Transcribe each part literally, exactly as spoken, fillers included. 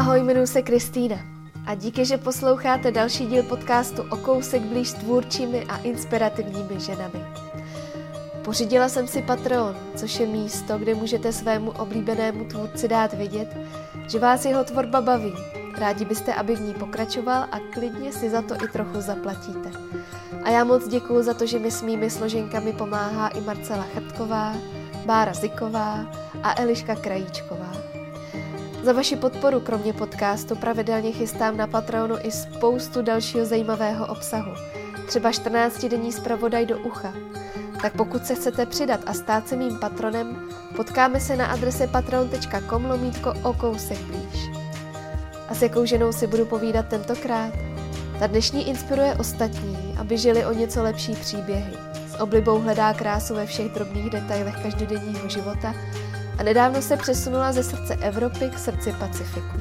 Ahoj, jmenuji se Kristýna a díky, že posloucháte další díl podcastu O kousek blíž s tvůrčími a inspirativními ženami. Pořídila jsem si Patreon, což je místo, kde můžete svému oblíbenému tvůrci dát vědět, že vás jeho tvorba baví. Rádi byste, aby v ní pokračoval a klidně si za to i trochu zaplatíte. A já moc děkuju za to, že mi s mými složenkami pomáhá i Marcela Chrtková, Bára Ziková a Eliška Krajíčková. Za vaši podporu kromě podcastu pravidelně chystám na Patreonu i spoustu dalšího zajímavého obsahu. Třeba čtrnáctidenní zpravodaj do ucha. Tak pokud se chcete přidat a stát se mým patronem, potkáme se na adrese patreon tečka com lomítko o kousek blíž. A s jakou ženou si budu povídat tentokrát? Ta dnešní inspiruje ostatní, aby žili o něco lepší příběhy. S oblibou hledá krásu ve všech drobných detailech každodenního života a nedávno se přesunula ze srdce Evropy k srdci Pacifiku.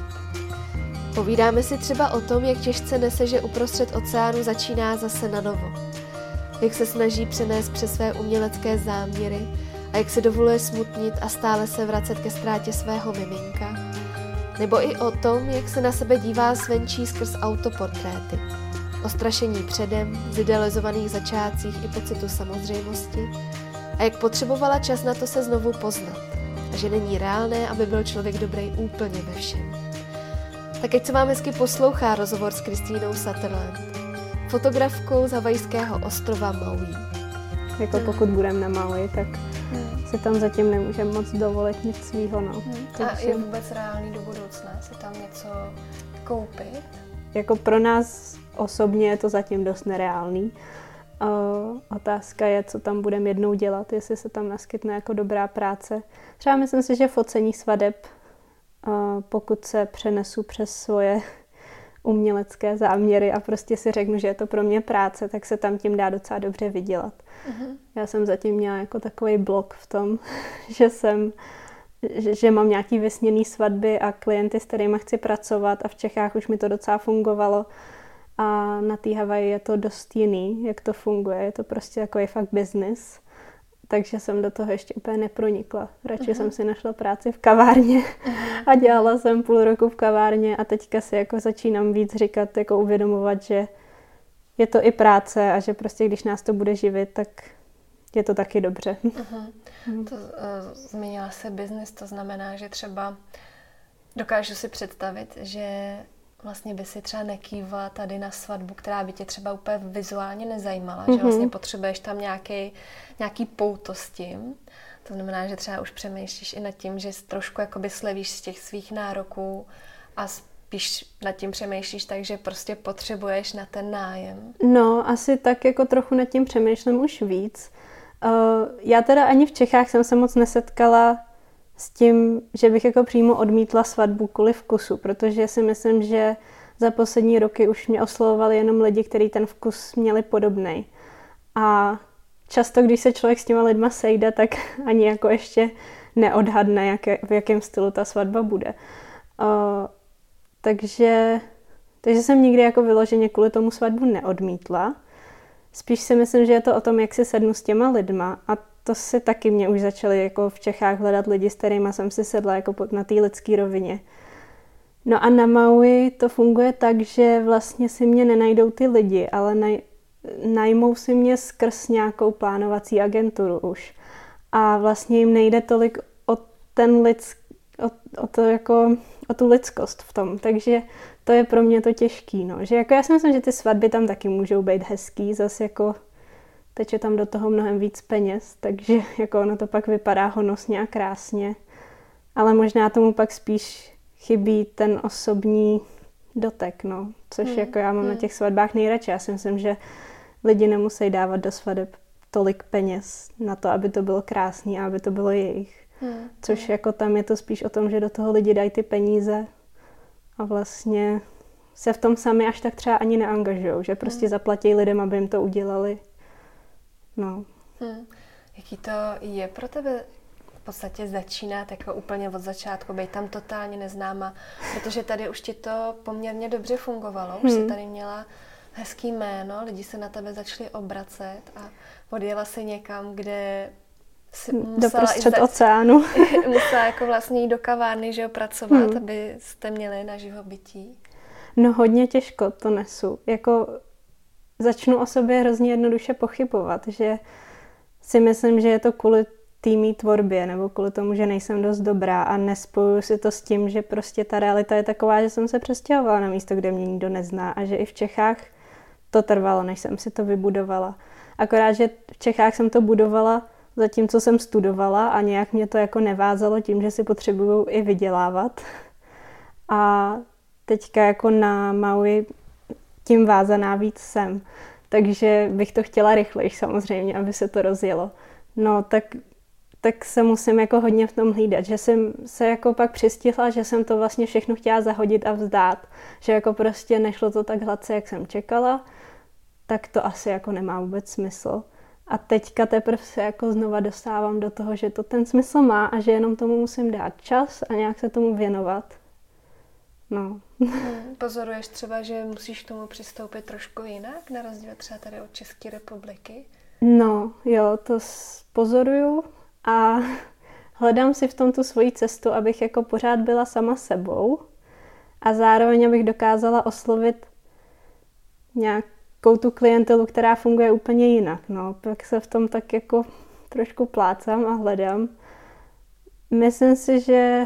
Povídáme si třeba o tom, jak těžce nese, že uprostřed oceánu začíná zase na novo. Jak se snaží přenést přes své umělecké záměry a jak se dovoluje smutnit a stále se vracet ke ztrátě svého miminka. Nebo i o tom, jak se na sebe dívá zvenčí skrz autoportréty. O strašení předem, zidealizovaných začátcích i pocitu samozřejmosti a jak potřebovala čas na to se znovu poznat. A že není reálné, aby byl člověk dobrý úplně ve všem. Tak ať se vám hezky poslouchá rozhovor s Kristýnou Sutherland, fotografkou z havajského ostrova Maui. Jako hmm. pokud budeme na Maui, tak hmm. si tam zatím nemůžeme moc dovolit nic svýho. No. Hmm. A je vůbec reálný do budoucna si tam něco koupit? Jako pro nás osobně je to zatím dost nereálný. Uh, otázka je, co tam budeme jednou dělat, jestli se tam naskytne jako dobrá práce. Třeba myslím si, že focení svadeb, uh, pokud se přenesu přes svoje umělecké záměry a prostě si řeknu, že je to pro mě práce, tak se tam tím dá docela dobře vydělat. Uh-huh. Já jsem zatím měla jako takový blok v tom, že jsem, že, že mám nějaký vysněný svatby a klienty, s kterými chci pracovat a v Čechách už mi to docela fungovalo. A na té Havaji je to dost jiný, jak to funguje. Je to prostě takový fakt business. Takže jsem do toho ještě úplně nepronikla. Radši uh-huh. jsem si našla práci v kavárně uh-huh. a dělala jsem půl roku v kavárně a teďka si jako začínám víc říkat, jako uvědomovat, že je to i práce a že prostě když nás to bude živit, tak je to taky dobře. Uh-huh. Uh-huh. To, uh, zmínila se business, to znamená, že třeba dokážu si představit, že vlastně by si třeba nekývla tady na svatbu, která by tě třeba úplně vizuálně nezajímala, mm-hmm. že vlastně potřebuješ tam nějaký, nějaký pouto s tím. To znamená, že třeba už přemýšlíš i nad tím, že trošku jakoby slevíš z těch svých nároků a spíš nad tím přemýšlíš tak, že prostě potřebuješ na ten nájem. No, asi tak jako trochu nad tím přemýšlím už víc. Uh, já teda ani v Čechách jsem se moc nesetkala s tím, že bych jako přímo odmítla svatbu kvůli vkusu, protože si myslím, že za poslední roky už mě oslovovali jenom lidi, kteří ten vkus měli podobnej. A často, když se člověk s těma lidma sejde, tak ani jako ještě neodhadne, jaké, v jakém stylu ta svatba bude. Uh, takže, takže jsem nikdy jako vyloženě kvůli tomu svatbu neodmítla. Spíš si myslím, že je to o tom, jak si sednu s těma lidma a to si taky mě už začaly jako v Čechách hledat lidi, s kterými jsem si sedla jako na té lidské rovině. No a na Maui to funguje tak, že vlastně si mě nenajdou ty lidi, ale naj, najmou si mě skrz nějakou plánovací agenturu už. A vlastně jim nejde tolik o ten lidsk, o, o, to jako, o tu lidskost v tom. Takže to je pro mě to těžký. No. Že jako já si myslím, že ty svatby tam taky můžou být hezký, zase jako teče tam do toho mnohem víc peněz, takže jako ono to pak vypadá honosně a krásně. Ale možná tomu pak spíš chybí ten osobní dotek, no. Což hmm. jako já mám hmm. na těch svatbách nejradši. Já si myslím, že lidi nemusí dávat do svateb tolik peněz na to, aby to bylo krásný a aby to bylo jejich. Hmm. Což jako tam je to spíš o tom, že do toho lidi dají ty peníze a vlastně se v tom sami až tak třeba ani neangažujou, že prostě hmm. zaplatí lidem, aby jim to udělali. No. Hmm. Jaký to je pro tebe v podstatě začínat jako úplně od začátku, být tam totálně neznáma, protože tady už ti to poměrně dobře fungovalo, už hmm. jsi tady měla hezký jméno, lidi se na tebe začali obracet a odjela se někam, kde doprostřed oceánu. Musela jako vlastně jít do kavárny, že jo, pracovat, hmm. abyste měli na živobytí. No hodně těžko to nesu. Jako začnu o sobě hrozně jednoduše pochybovat, že si myslím, že je to kvůli té mý tvorbě nebo kvůli tomu, že nejsem dost dobrá a nespojuju si to s tím, že prostě ta realita je taková, že jsem se přestěhovala na místo, kde mě nikdo nezná a že i v Čechách to trvalo, než jsem si to vybudovala. Akorát, že v Čechách jsem to budovala zatímco jsem studovala a nějak mě to jako nevázalo tím, že si potřebuju i vydělávat. A teďka jako na Maui tím vázaná víc jsem. Takže bych to chtěla rychleji samozřejmě, aby se to rozjelo. No tak, tak se musím jako hodně v tom hlídat, že jsem se jako pak přistihla, že jsem to vlastně všechno chtěla zahodit a vzdát. Že jako prostě nešlo to tak hladce, jak jsem čekala, tak to asi jako nemá vůbec smysl. A teďka teprve se jako znova dostávám do toho, že to ten smysl má a že jenom tomu musím dát čas a nějak se tomu věnovat. No. Hmm, pozoruješ třeba, že musíš k tomu přistoupit trošku jinak, na rozdíl třeba tady od České republiky? No, jo, to pozoruju a hledám si v tom tu svoji cestu, abych jako pořád byla sama sebou a zároveň abych dokázala oslovit nějakou tu klientelu, která funguje úplně jinak. No, pak se v tom tak jako trošku plácám a hledám. Myslím si, že,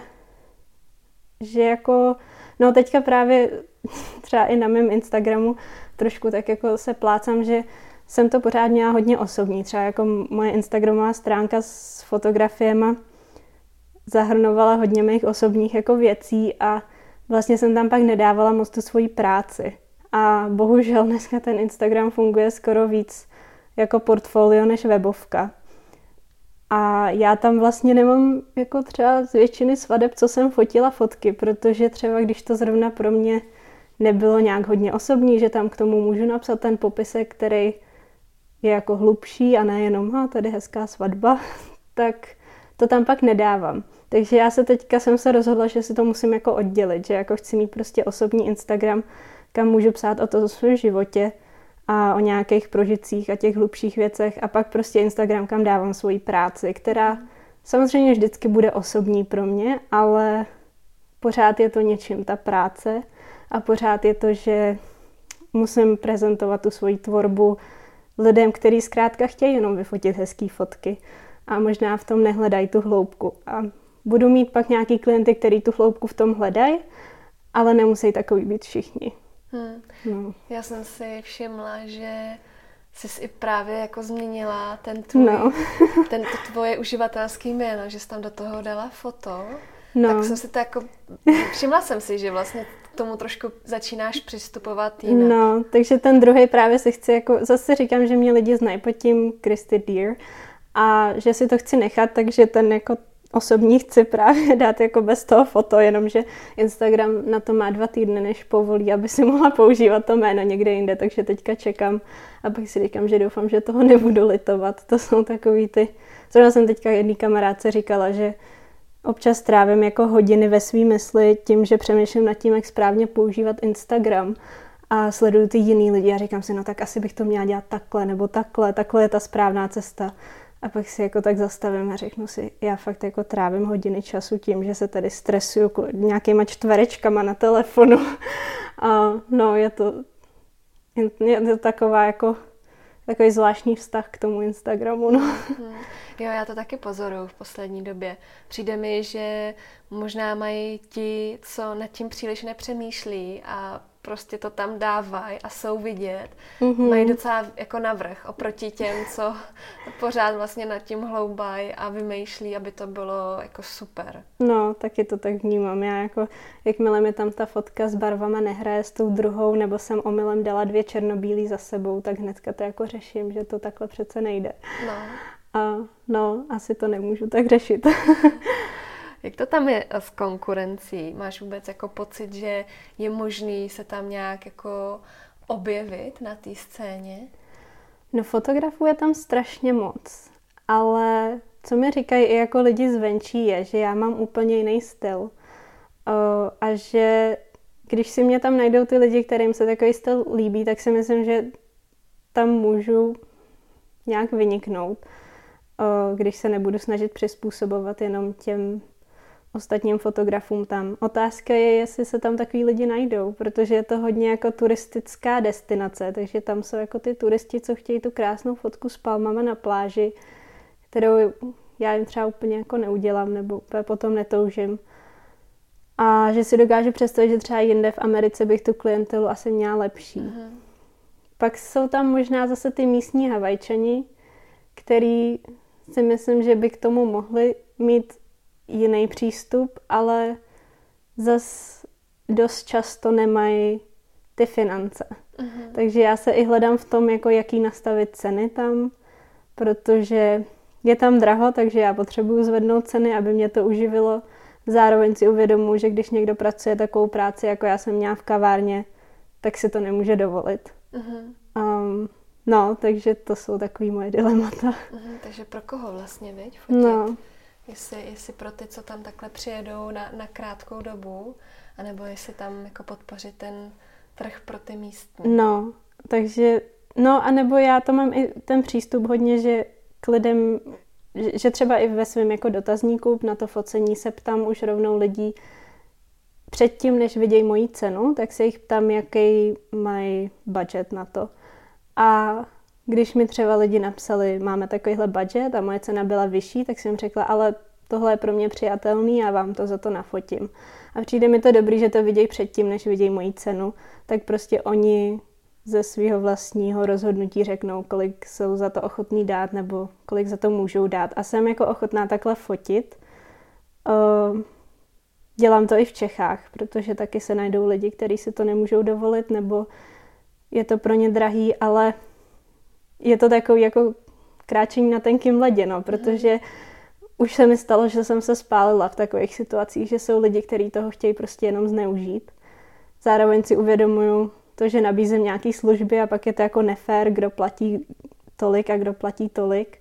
že jako, no teďka právě třeba i na mém Instagramu trošku tak jako se plácám, že jsem to pořád měla hodně osobní. Třeba jako moje Instagramová stránka s fotografiema zahrnovala hodně mých osobních jako věcí a vlastně jsem tam pak nedávala moc tu svoji práci. A bohužel dneska ten Instagram funguje skoro víc jako portfolio než webovka. A já tam vlastně nemám jako třeba z většiny svadeb, co jsem fotila fotky, protože třeba když to zrovna pro mě nebylo nějak hodně osobní, že tam k tomu můžu napsat ten popisek, který je jako hlubší a nejenom, ha, tady hezká svatba, tak to tam pak nedávám. Takže já se teďka jsem se rozhodla, že si to musím jako oddělit, že jako chci mít prostě osobní Instagram, kam můžu psát o to o svém životě a o nějakých prožitcích a těch hlubších věcech a pak prostě Instagram, kam dávám svoji práci, která samozřejmě vždycky bude osobní pro mě, ale pořád je to něčím ta práce a pořád je to, že musím prezentovat tu svoji tvorbu lidem, kteří zkrátka chtějí jenom vyfotit hezký fotky a možná v tom nehledají tu hloubku. A budu mít pak nějaký klienty, kteří tu hloubku v tom hledají, ale nemusí takový být všichni. Hmm. No. Já jsem si všimla, že jsi i právě jako změnila ten tvůj, no. ten, to tvoje uživatelské jméno, že jsi tam do toho dala foto. No. Tak jsem si to jako, všimla jsem si, že vlastně k tomu trošku začínáš přistupovat jinak. No, takže ten druhý právě si chci, jako, zase říkám, že mě lidi znají pod tím Christy Deer a že si to chci nechat, takže ten jako osobní chci právě dát jako bez toho foto, jenomže Instagram na to má dva týdny, než povolí, aby si mohla používat to jméno někde jinde, takže teďka čekám a pak si říkám, že doufám, že toho nebudu litovat. To jsou takový ty, zrovna jsem teďka jedný kamarádce říkala, že občas trávím jako hodiny ve svý mysli tím, že přemýšlím nad tím, jak správně používat Instagram a sleduju ty jiný lidi a říkám si, no tak asi bych to měla dělat takhle nebo takhle, takhle je ta správná cesta. A pak si jako tak zastavím a řeknu si, já fakt jako trávím hodiny času tím, že se tady stresuju nějakýma čtverečkama na telefonu. A no, je to, je to taková jako takový zvláštní vztah k tomu Instagramu. No. Hmm. Jo, já to taky pozoruju v poslední době. Přijde mi, že možná mají ti, co nad tím příliš nepřemýšlí a prostě to tam dávají a jsou vidět, mm-hmm. mají docela jako navrch oproti těm, co pořád vlastně nad tím hloubají a vymýšlí, aby to bylo jako super. No, taky to tak vnímám. Já jako, jakmile mi tam ta fotka s barvama nehraje s tou druhou, nebo jsem omylem dala dvě černobílý za sebou, tak hnedka to jako řeším, že to takhle přece nejde. No. A no, asi to nemůžu tak řešit. Jak to tam je s konkurencí? Máš vůbec jako pocit, že je možný se tam nějak jako objevit na té scéně? No, fotografů je tam strašně moc, ale co mi říkají i jako lidi zvenčí je, že já mám úplně jiný styl a že když si mě tam najdou ty lidi, kterým se takový styl líbí, tak si myslím, že tam můžu nějak vyniknout. když se nebudu snažit přizpůsobovat jenom těm ostatním fotografům tam. Otázka je, jestli se tam takový lidi najdou, protože je to hodně jako turistická destinace, takže tam jsou jako ty turisti, co chtějí tu krásnou fotku s palmama na pláži, kterou já jim třeba úplně jako neudělám, nebo úplně potom netoužím. A že si dokážu představit, že třeba jinde v Americe bych tu klientelu asi měla lepší. Uh-huh. Pak jsou tam možná zase ty místní Havajčani, který si myslím, že by k tomu mohli mít jiný přístup, ale zas dost často nemají ty finance. Uh-huh. Takže já se i hledám v tom, jako jaký nastavit ceny tam, protože je tam draho, takže já potřebuju zvednout ceny, aby mě to uživilo. Zároveň si uvědomuji, že když někdo pracuje takovou práci, jako já jsem měla v kavárně, tak si to nemůže dovolit. Uh-huh. Um, no, takže to jsou takový moje dilemata. Uh-huh, takže pro koho vlastně, viď? Fotit? No. Jestli, jestli pro ty, co tam takhle přijedou na, na krátkou dobu, anebo jestli tam jako podpořit ten trh pro ty místní. No, takže, no a nebo já to mám i ten přístup hodně, že k lidem, že, že třeba i ve svém jako dotazníku na to focení se ptám už rovnou lidí předtím, než vidějí moji cenu, tak se jich ptám, jaký mají budget na to. A když mi třeba lidi napsali, máme takovýhle budget a moje cena byla vyšší, tak jsem řekla, ale tohle je pro mě přijatelný a vám to za to nafotím. A přijde mi to dobrý, že to vidějí předtím, než vidějí moji cenu, tak prostě oni ze svého vlastního rozhodnutí řeknou, kolik jsou za to ochotní dát nebo kolik za to můžou dát. A jsem jako ochotná takhle fotit. Uh, dělám to i v Čechách, protože taky se najdou lidi, kteří si to nemůžou dovolit nebo je to pro ně drahý, ale je to takový jako kráčení na tenkým ledě, no, protože už se mi stalo, že jsem se spálila v takových situacích, že jsou lidi, kteří toho chtějí prostě jenom zneužít. Zároveň si uvědomuju to, že nabízím nějaké služby a pak je to jako nefér, kdo platí tolik a kdo platí tolik.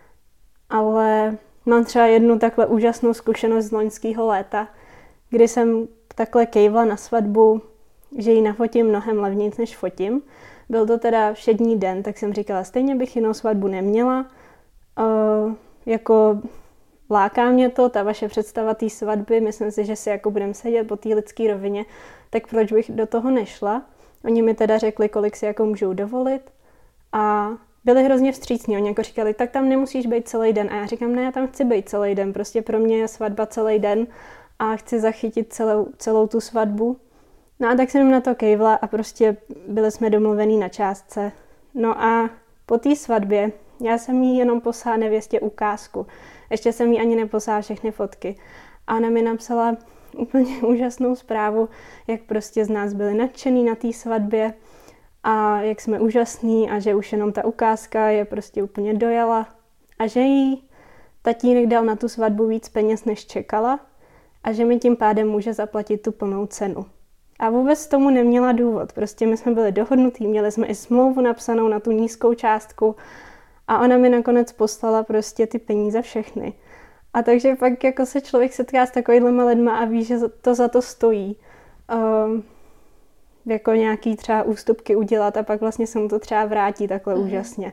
Ale mám třeba jednu takhle úžasnou zkušenost z loňského léta, kdy jsem takhle kejvla na svatbu, že ji nafotím mnohem levnějc, než fotím. Byl to teda všední den, tak jsem říkala, stejně bych jinou svatbu neměla. Uh, jako láká mě to, ta vaše představa té svatby, myslím si, že si jako budeme sedět po té lidské rovině, tak proč bych do toho nešla? Oni mi teda řekli, kolik si jako můžou dovolit a byli hrozně vstřícní. Oni jako říkali, tak tam nemusíš být celý den. A já říkám, ne, já tam chci být celý den, prostě pro mě je svatba celý den a chci zachytit celou, celou tu svatbu. No a tak jsem jim na to kejvla a prostě byli jsme domluvený na částce. No a po té svatbě já jsem jí jenom poslala nevěstě ukázku. Ještě jsem jí ani neposlala všechny fotky. A ona mi napsala úplně úžasnou zprávu, jak prostě z nás byli nadšený na té svatbě a jak jsme úžasný a že už jenom ta ukázka je prostě úplně dojala a že jí tatínek dal na tu svatbu víc peněz, než čekala a že mi tím pádem může zaplatit tu plnou cenu. A vůbec tomu neměla důvod. Prostě my jsme byli dohodnutí, měli jsme i smlouvu napsanou na tu nízkou částku a ona mi nakonec poslala prostě ty peníze všechny. A takže pak jako se člověk setká s takovýhlema lidma a ví, že to za to stojí. Um, jako nějaký třeba ústupky udělat a pak vlastně se mu to třeba vrátí takhle mm. úžasně.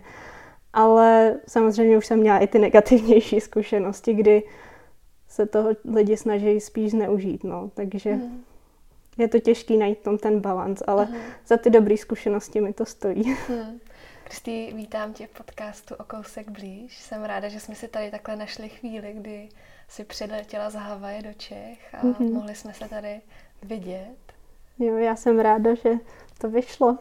Ale samozřejmě už jsem měla i ty negativnější zkušenosti, kdy se toho lidi snaží spíš zneužít. No. Takže mm. je to těžký najít tom ten balans, ale mm. za ty dobré zkušenosti mi to stojí. Mm. Kristý, vítám tě v podcastu O kousek blíž. Jsem ráda, že jsme si tady takhle našli chvíli, kdy jsi přiletěla z Havaje do Čech a mm-hmm. mohli jsme se tady vidět. Jo, já jsem ráda, že to vyšlo.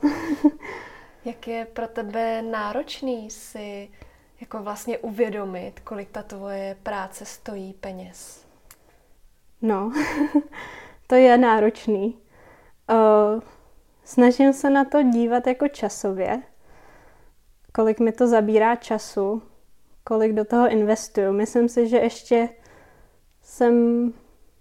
Jak je pro tebe náročný si jako vlastně uvědomit, kolik ta tvoje práce stojí peněz? No, to je náročný. Uh, snažím se na to dívat jako časově, kolik mi to zabírá času, kolik do toho investuju. Myslím si, že ještě jsem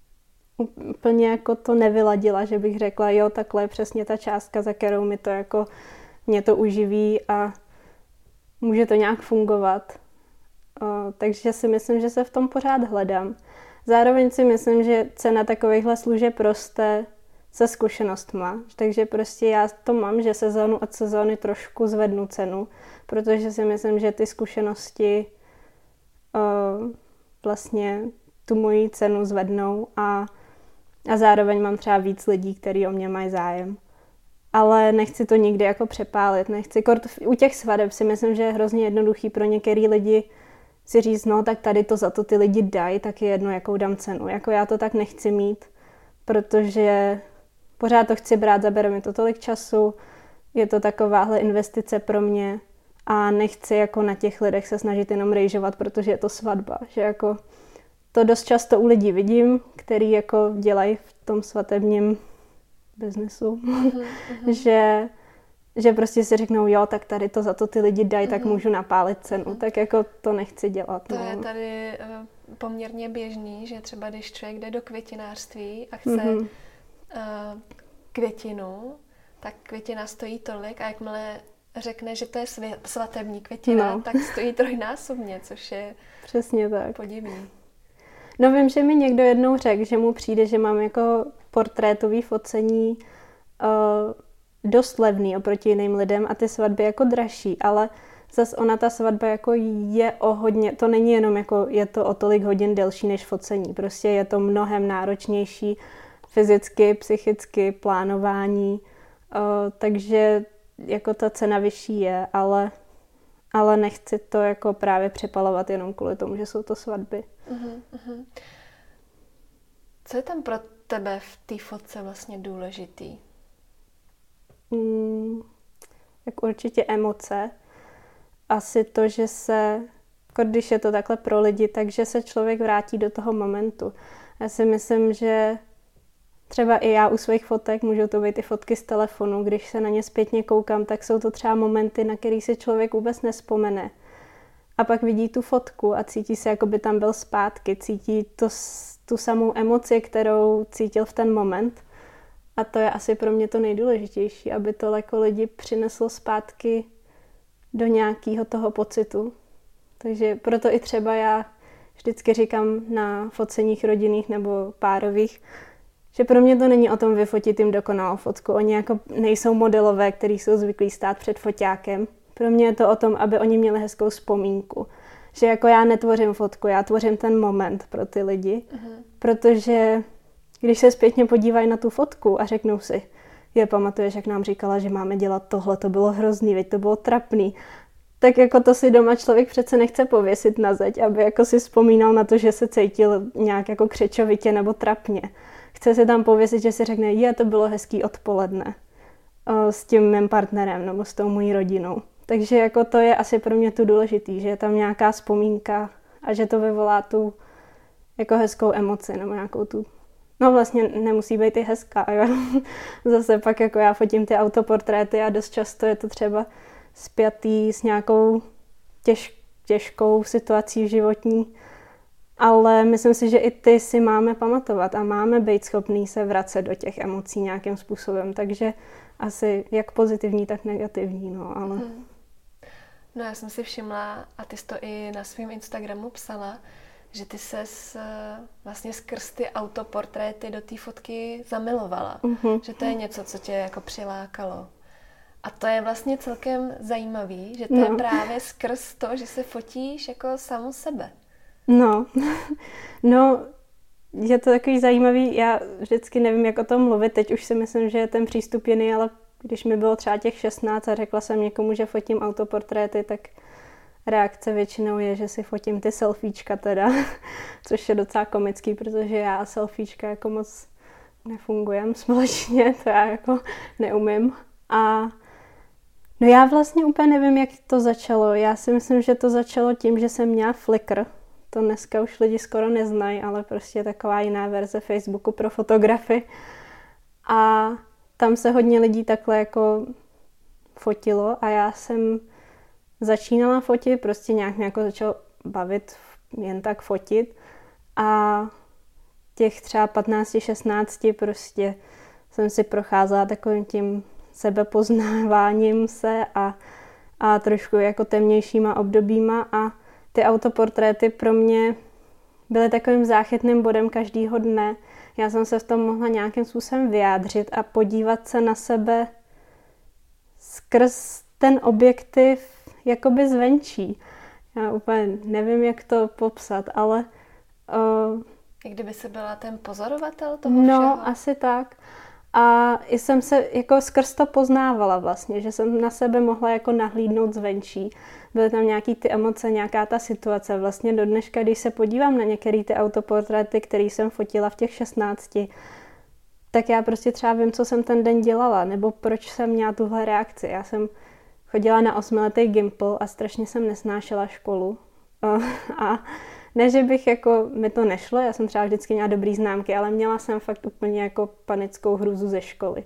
úplně jako to nevyladila, že bych řekla, jo, takhle je přesně ta částka, za kterou mi to jako, mě to uživí a může to nějak fungovat. O, takže si myslím, že se v tom pořád hledám. Zároveň si myslím, že cena takovýchhle služeb roste se zkušenostma. Takže prostě já to mám, že sezónu od sezóny trošku zvednu cenu, protože si myslím, že ty zkušenosti uh, vlastně tu moji cenu zvednou a, a zároveň mám třeba víc lidí, kteří o mě mají zájem. Ale nechci to nikdy jako přepálit, nechci, u těch svadeb si myslím, že je hrozně jednoduchý pro některý lidi si říct, no tak tady to za to ty lidi dají, tak je jedno, jakou dám cenu. Jako já to tak nechci mít, protože pořád to chci brát, zabere mi to tolik času, je to takováhle investice pro mě a nechci jako na těch lidech se snažit jenom rejžovat, protože je to svatba. Že jako to dost často u lidí vidím, který jako dělají v tom svatebním biznesu, mm-hmm. že, že prostě si řeknou, jo, tak tady to za to ty lidi dají, mm-hmm. tak můžu napálit cenu. Mm-hmm. Tak jako to nechci dělat. To no. je tady uh, poměrně běžný, že třeba když člověk jde do květinářství a chce mm-hmm. uh, květinu, tak květina stojí tolik a jakmile řekne, že to je svě- svatební květina, no. tak stojí trojnásobně, což je přesně tak. podivný. No vím, že mi někdo jednou řekl, že mu přijde, že mám jako portrétový focení uh, dost levný oproti jiným lidem a ty svatby jako dražší, ale zas ona ta svatba jako je o hodně, to není jenom jako je to o tolik hodin delší než focení, prostě je to mnohem náročnější fyzicky, psychicky, plánování, uh, takže jako ta cena vyšší je, ale, ale nechci to jako právě přepalovat jenom kvůli tomu, že jsou to svatby. Uh-huh, uh-huh. Co je tam pro tebe v té fotce vlastně důležitý? Mm, tak určitě emoce. Asi to, že se, když je to takhle pro lidi, takže se člověk vrátí do toho momentu. Já si myslím, že třeba i já u svých fotek, můžou to být i fotky z telefonu, když se na ně zpětně koukám, tak jsou to třeba momenty, na který si člověk vůbec nespomene. A pak vidí tu fotku a cítí se, jako by tam byl zpátky, cítí to, tu samou emoci, kterou cítil v ten moment. A to je asi pro mě to nejdůležitější, aby to jako lidi přineslo zpátky do nějakého toho pocitu. Takže proto i třeba já vždycky říkám na foceních rodinných nebo párových, že pro mě to není o tom vyfotit jim dokonalou fotku. Oni jako nejsou modelové, kteří jsou zvyklí stát před foťákem. Pro mě je to o tom, aby oni měli hezkou vzpomínku. Že jako já netvořím fotku, já tvořím ten moment pro ty lidi. Uh-huh. Protože když se zpětně podívají na tu fotku a řeknou si, je, pamatuješ, jak nám říkala, že máme dělat tohle, to bylo hrozný, veď to bylo trapný. Tak jako to si doma člověk přece nechce pověsit na zeď, aby jako si vzpomínal na to, že se cítil nějak jako křečovitě nebo trapně. Chce si tam pověsit, že si řekne, je, to bylo hezký odpoledne s tím mým partnerem nebo s tou mojí rodinou. Takže jako to je asi pro mě tu důležitý, že je tam nějaká vzpomínka a že to vyvolá tu jako hezkou emoci nebo nějakou tu. No vlastně nemusí být i hezká, jo. Zase pak jako já fotím ty autoportréty a dost často je to třeba spjatý s nějakou těž, těžkou situací životní. Ale myslím si, že i ty si máme pamatovat a máme být schopný se vracet do těch emocí nějakým způsobem. Takže asi jak pozitivní, tak negativní, no, ale... Hmm. No já jsem si všimla, a ty jsi to i na svém Instagramu psala, že ty ses vlastně skrz ty autoportréty do té fotky zamilovala. Uh-huh. Že to je něco, co tě jako přilákalo. A to je vlastně celkem zajímavý, že to no. je právě skrz to, že se fotíš jako samu sebe. No, no, je to takový zajímavý, já vždycky nevím, jak o tom mluvit, teď už si myslím, že je ten přístup jiný, ale když mi bylo třeba těch šestnáct a řekla jsem někomu, že fotím autoportréty, tak reakce většinou je, že si fotím ty selfiečka teda, což je docela komický, protože já a selfiečka jako moc nefungujeme společně, to já jako neumím. A no já vlastně úplně nevím, jak to začalo. Já si myslím, že to začalo tím, že jsem měla Flickr. To dneska už lidi skoro neznají, ale prostě taková jiná verze Facebooku pro fotografy. A tam se hodně lidí takhle jako fotilo a já jsem začínala fotit, prostě nějak mě jako začalo bavit jen tak fotit a těch třeba patnáct šestnáct prostě jsem si procházela takovým tím sebepoznáváním se a, a trošku jako temnějšíma obdobíma a ty autoportréty pro mě byly takovým záchytným bodem každýho dne. Já jsem se v tom mohla nějakým způsobem vyjádřit a podívat se na sebe skrz ten objektiv jakoby zvenčí. Já úplně nevím, jak to popsat, ale... Uh, Jak kdyby se byla ten pozorovatel toho no, všeho? No, asi tak. A i jsem se jako skrz to poznávala vlastně, že jsem na sebe mohla jako nahlídnout zvenčí. Byly tam nějaký ty emoce, nějaká ta situace. Vlastně do dneška, když se podívám na některé ty autoportréty, které jsem fotila v těch šestnácti, tak já prostě třeba vím, co jsem ten den dělala, nebo proč jsem měla tuhle reakci. Já jsem chodila na osmiletý Gimpl a strašně jsem nesnášela školu. A ne, že bych jako, mi to nešlo, já jsem třeba vždycky měla dobrý známky, ale měla jsem fakt úplně jako panickou hrůzu ze školy.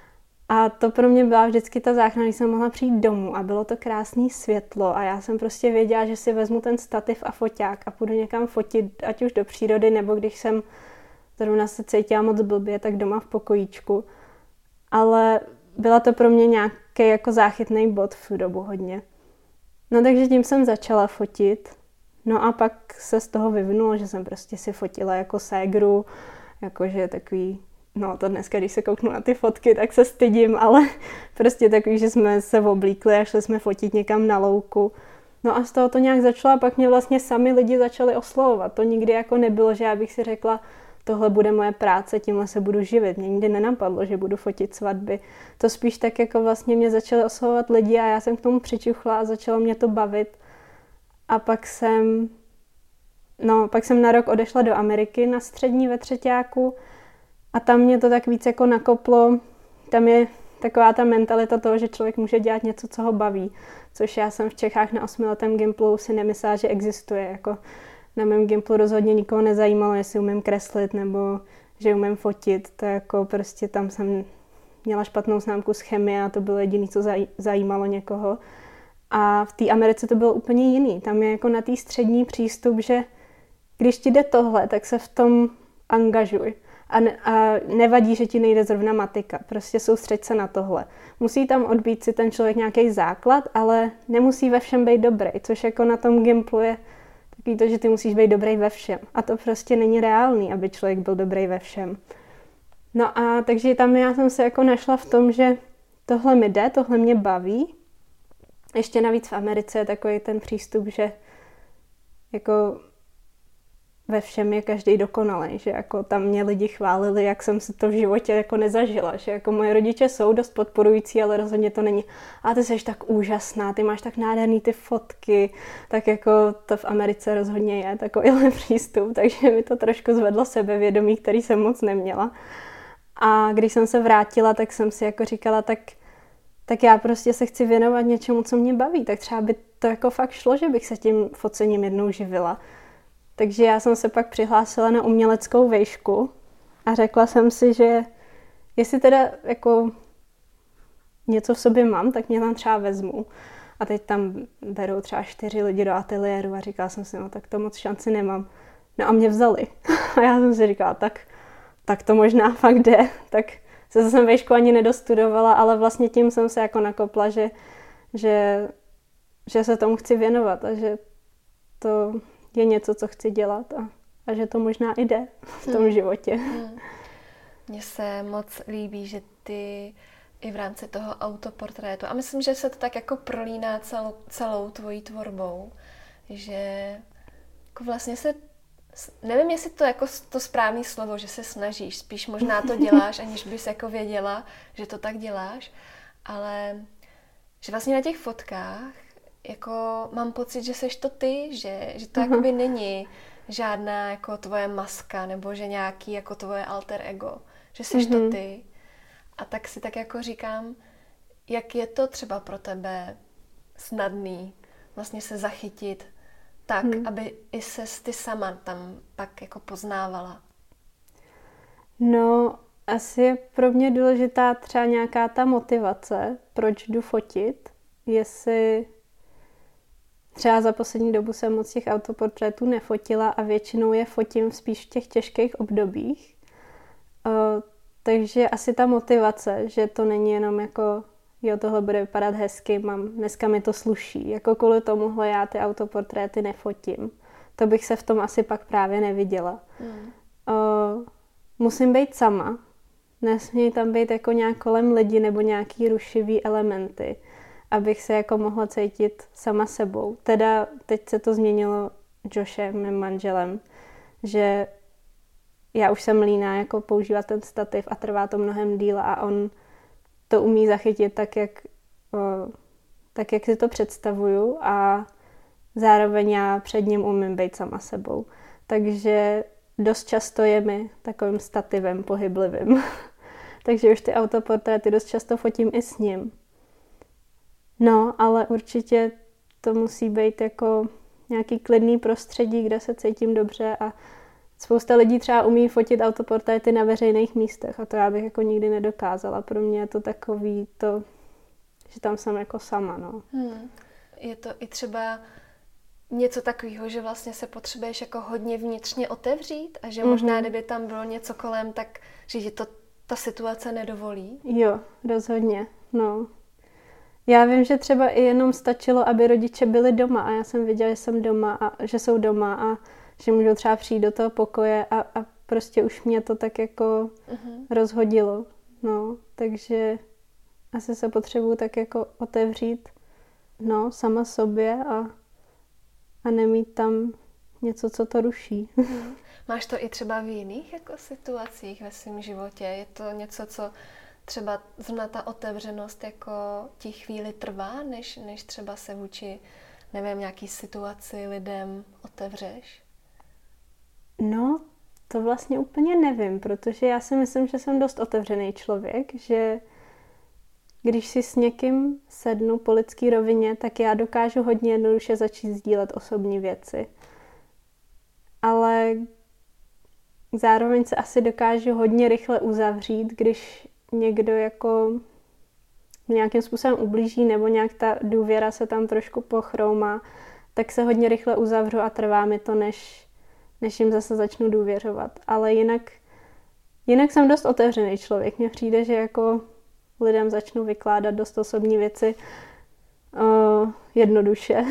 A to pro mě byla vždycky ta záchrana, když jsem mohla přijít domů a bylo to krásný světlo a já jsem prostě věděla, že si vezmu ten stativ a foťák a půjdu někam fotit, ať už do přírody, nebo když jsem zrovna se cítila moc blbě, tak doma v pokojíčku. Ale byla to pro mě nějaký jako záchytný bod v tu dobu hodně. No takže tím jsem začala fotit. No a pak se z toho vyvinulo, že jsem prostě si fotila jako ségru, jakože takový, no to dneska, když se kouknu na ty fotky, tak se stydím, ale prostě takový, že jsme se oblíkli a šli jsme fotit někam na louku. No a z toho to nějak začalo a pak mě vlastně sami lidi začali oslovovat. To nikdy jako nebylo, že já bych si řekla, tohle bude moje práce, tímhle se budu živit. Mě nikdy nenapadlo, že budu fotit svatby. To spíš tak jako vlastně mě začaly oslovovat lidi a já jsem k tomu přičuchla a začalo mě to bavit. A pak jsem, no, pak jsem na rok odešla do Ameriky na střední ve třeťáku a tam mě to tak víc jako nakoplo. Tam je taková ta mentalita toho, že člověk může dělat něco, co ho baví. Což já jsem v Čechách na osmiletém Gimplu si nemyslela, že existuje. Jako na mém Gimplu rozhodně nikoho nezajímalo, jestli umím kreslit nebo že umím fotit. To jako prostě tam jsem měla špatnou známku z chemie a to bylo jediné, co zajímalo někoho. A v té Americe to bylo úplně jiný. Tam je jako na té střední přístup, že když ti jde tohle, tak se v tom angažuj. A, ne, a nevadí, že ti nejde zrovna matika. Prostě soustřeď se na tohle. Musí tam odbít si ten člověk nějaký základ, ale nemusí ve všem být dobrý. Což jako na tom Gimplu je takový to, že ty musíš být dobrý ve všem. A to prostě není reálný, aby člověk byl dobrý ve všem. No a takže tam já jsem se jako našla v tom, že tohle mi jde, tohle mě baví. Ještě navíc v Americe je takový ten přístup, že jako ve všem je každý dokonalý, že jako tam mě lidi chválili, jak jsem si to v životě jako nezažila, že jako moje rodiče jsou dost podporující, ale rozhodně to není. A ty jsi tak úžasná, ty máš tak nádherný ty fotky, tak jako to v Americe rozhodně je takovýhle přístup, takže mi to trošku zvedlo sebevědomí, který jsem moc neměla. A když jsem se vrátila, tak jsem si jako říkala, tak tak já prostě se chci věnovat něčemu, co mě baví. Tak třeba by to jako fakt šlo, že bych se tím focením jednou živila. Takže já jsem se pak přihlásila na uměleckou vejšku a řekla jsem si, že jestli teda jako něco v sobě mám, tak mě tam třeba vezmu. A teď tam berou třeba čtyři lidi do ateliéru a říkala jsem si, no tak to moc šanci nemám. No a mě vzali. A já jsem si říkala, tak, tak to možná fakt jde. Tak se jsem vejšku ani nedostudovala, ale vlastně tím jsem se jako nakopla, že, že, že se tomu chci věnovat a že to je něco, co chci dělat a, a že to možná jde v tom hmm. životě. Hmm. Mně se moc líbí, že ty i v rámci toho autoportrétu, a myslím, že se to tak jako prolíná celou, celou tvojí tvorbou, že jako vlastně se nevím, jestli to jako to správné slovo, že se snažíš, spíš možná to děláš, aniž bys jako věděla, že to tak děláš, ale že vlastně na těch fotkách jako mám pocit, že seš to ty, že, že to jakoby není žádná jako tvoje maska, nebo že nějaký jako tvoje alter ego, že seš mm-hmm. to ty. A tak si tak jako říkám, jak je to třeba pro tebe snadný vlastně se zachytit tak, hmm. aby i ses ty sama tam pak jako poznávala. No, asi je pro mě důležitá třeba nějaká ta motivace, proč jdu fotit. Jestli třeba za poslední dobu jsem moc těch autoportrétů nefotila a většinou je fotím spíš v těch těžkých obdobích. Uh, takže asi ta motivace, že to není jenom jako jo, tohle bude vypadat hezky, mám, dneska mi to sluší. Jako kvůli tomuhle já ty autoportréty nefotím. To bych se v tom asi pak právě neviděla. Mm. Uh, musím být sama. Nesmí tam být jako nějak kolem lidi nebo nějaký rušivý elementy. abych se jako mohla cítit sama sebou. Teda teď se to změnilo Joshem, mým manželem, že já už jsem líná jako používat ten stativ a trvá to mnohem díl a on to umí zachytit tak, jak, o, tak, jak si to představuju a zároveň já před ním umím být sama sebou. Takže dost často je mi takovým stativem pohyblivým. Takže už ty autoportréty dost často fotím i s ním. No, ale určitě to musí být jako nějaký klidný prostředí, kde se cítím dobře a spousta lidí třeba umí fotit autoportréty na veřejných místech a to já bych jako nikdy nedokázala. Pro mě je to takový to, že tam jsem jako sama, no. Hmm. Je to i třeba něco takového, že vlastně se potřebuješ jako hodně vnitřně otevřít a že možná, mm-hmm. kdyby tam bylo něco kolem, tak že ti to ta situace nedovolí? Jo, rozhodně, no. Já vím, že třeba i jenom stačilo, aby rodiče byli doma a já jsem viděla, že jsem doma a že jsou doma a že můžou třeba přijít do toho pokoje a, a prostě už mě to tak jako uh-huh. rozhodilo. No, takže asi se potřebuju tak jako otevřít, no, sama sobě a, a nemít tam něco, co to ruší. Uh-huh. Máš to i třeba v jiných jako situacích ve svém životě? Je to něco, co třeba zrovna ta otevřenost jako ti chvíli trvá, než, než třeba se vůči, nevím, nějaký situaci lidem otevřeš? No, to vlastně úplně nevím, protože já si myslím, že jsem dost otevřený člověk, že když si s někým sednu po lidský rovině, tak já dokážu hodně jednoduše začít sdílet osobní věci. Ale zároveň se asi dokážu hodně rychle uzavřít, když někdo jako nějakým způsobem ublíží nebo nějak ta důvěra se tam trošku pochroumá, tak se hodně rychle uzavřu a trvá mi to, než, než jim zase začnu důvěřovat. Ale jinak, jinak jsem dost otevřený člověk. Mně přijde, že jako lidem začnu vykládat dost osobní věci uh, jednoduše.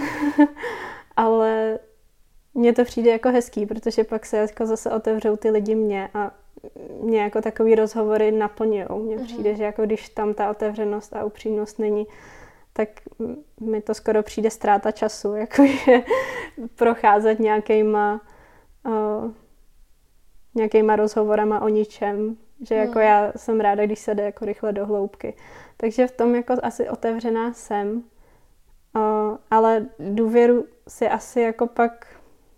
Ale mně to přijde jako hezký, protože pak se jako zase otevřou ty lidi mě a mě jako takový rozhovory naplňujou. Mně přijde, že jako když tam ta otevřenost a upřímnost není, tak mi to skoro přijde ztráta času, jakože procházet nějakýma, uh, nějakýma rozhovorama o ničem, že jako já jsem ráda, když se jde jako rychle do hloubky. Takže v tom jako asi otevřená jsem, uh, ale důvěru si asi jako pak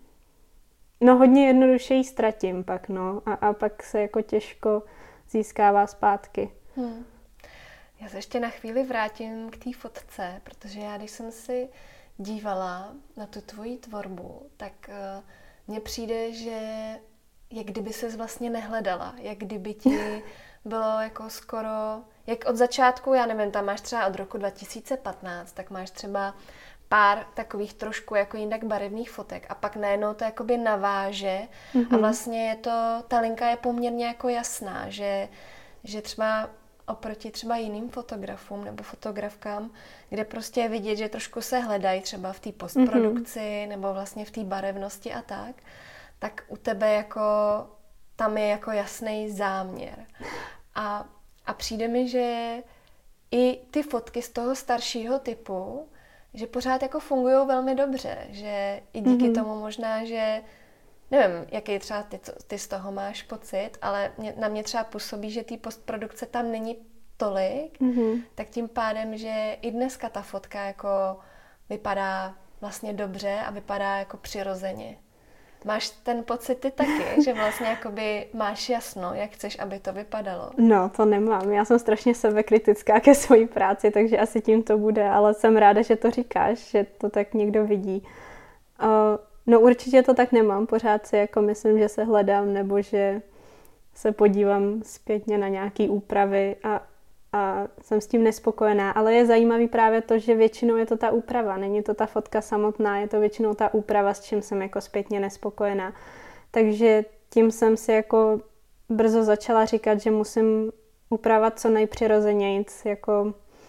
no hodně jednoduše ji ztratím pak, no. A, a pak se jako těžko získává zpátky. Hmm. Já se ještě na chvíli vrátím k té fotce, protože já, když jsem si dívala na tu tvoji tvorbu, tak uh, mně přijde, že jak kdyby ses vlastně nehledala, jak kdyby ti bylo jako skoro, jak od začátku, já nevím, tam máš třeba od roku dva tisíce patnáct, tak máš třeba pár takových trošku jako jinak barevných fotek a pak najednou to jakoby naváže mm-hmm. a vlastně je to, ta linka je poměrně jako jasná, že, že třeba oproti třeba jiným fotografům nebo fotografkám, kde prostě je vidět, že trošku se hledají třeba v té postprodukci mm-hmm. nebo vlastně v té barevnosti a tak, tak u tebe jako tam je jako jasný záměr. A, a přijde mi, že i ty fotky z toho staršího typu že pořád jako fungují velmi dobře, že i díky mm-hmm. tomu možná, že nevím, jaký třeba ty, ty z toho máš pocit, ale mě, na mě třeba působí, že té postprodukce tam není tolik, mm-hmm. tak tím pádem, že i dneska ta fotka jako vypadá vlastně dobře a vypadá jako přirozeně. Máš ten pocit ty taky, že vlastně jakoby máš jasno, jak chceš, aby to vypadalo? No, to nemám. Já jsem strašně sebekritická ke své práci, takže asi tím to bude, ale jsem ráda, že to říkáš, že to tak někdo vidí. Uh, no určitě to tak nemám. Pořád si jako myslím, že se hledám nebo že se podívám zpětně na nějaké úpravy a, a jsem s tím nespokojená. Ale je zajímavý právě to, že většinou je to ta úprava. Není to ta fotka samotná, je to většinou ta úprava, s čím jsem jako zpětně nespokojená. Takže tím jsem si jako brzo začala říkat, že musím upravovat co nejpřirozenějc. Jako,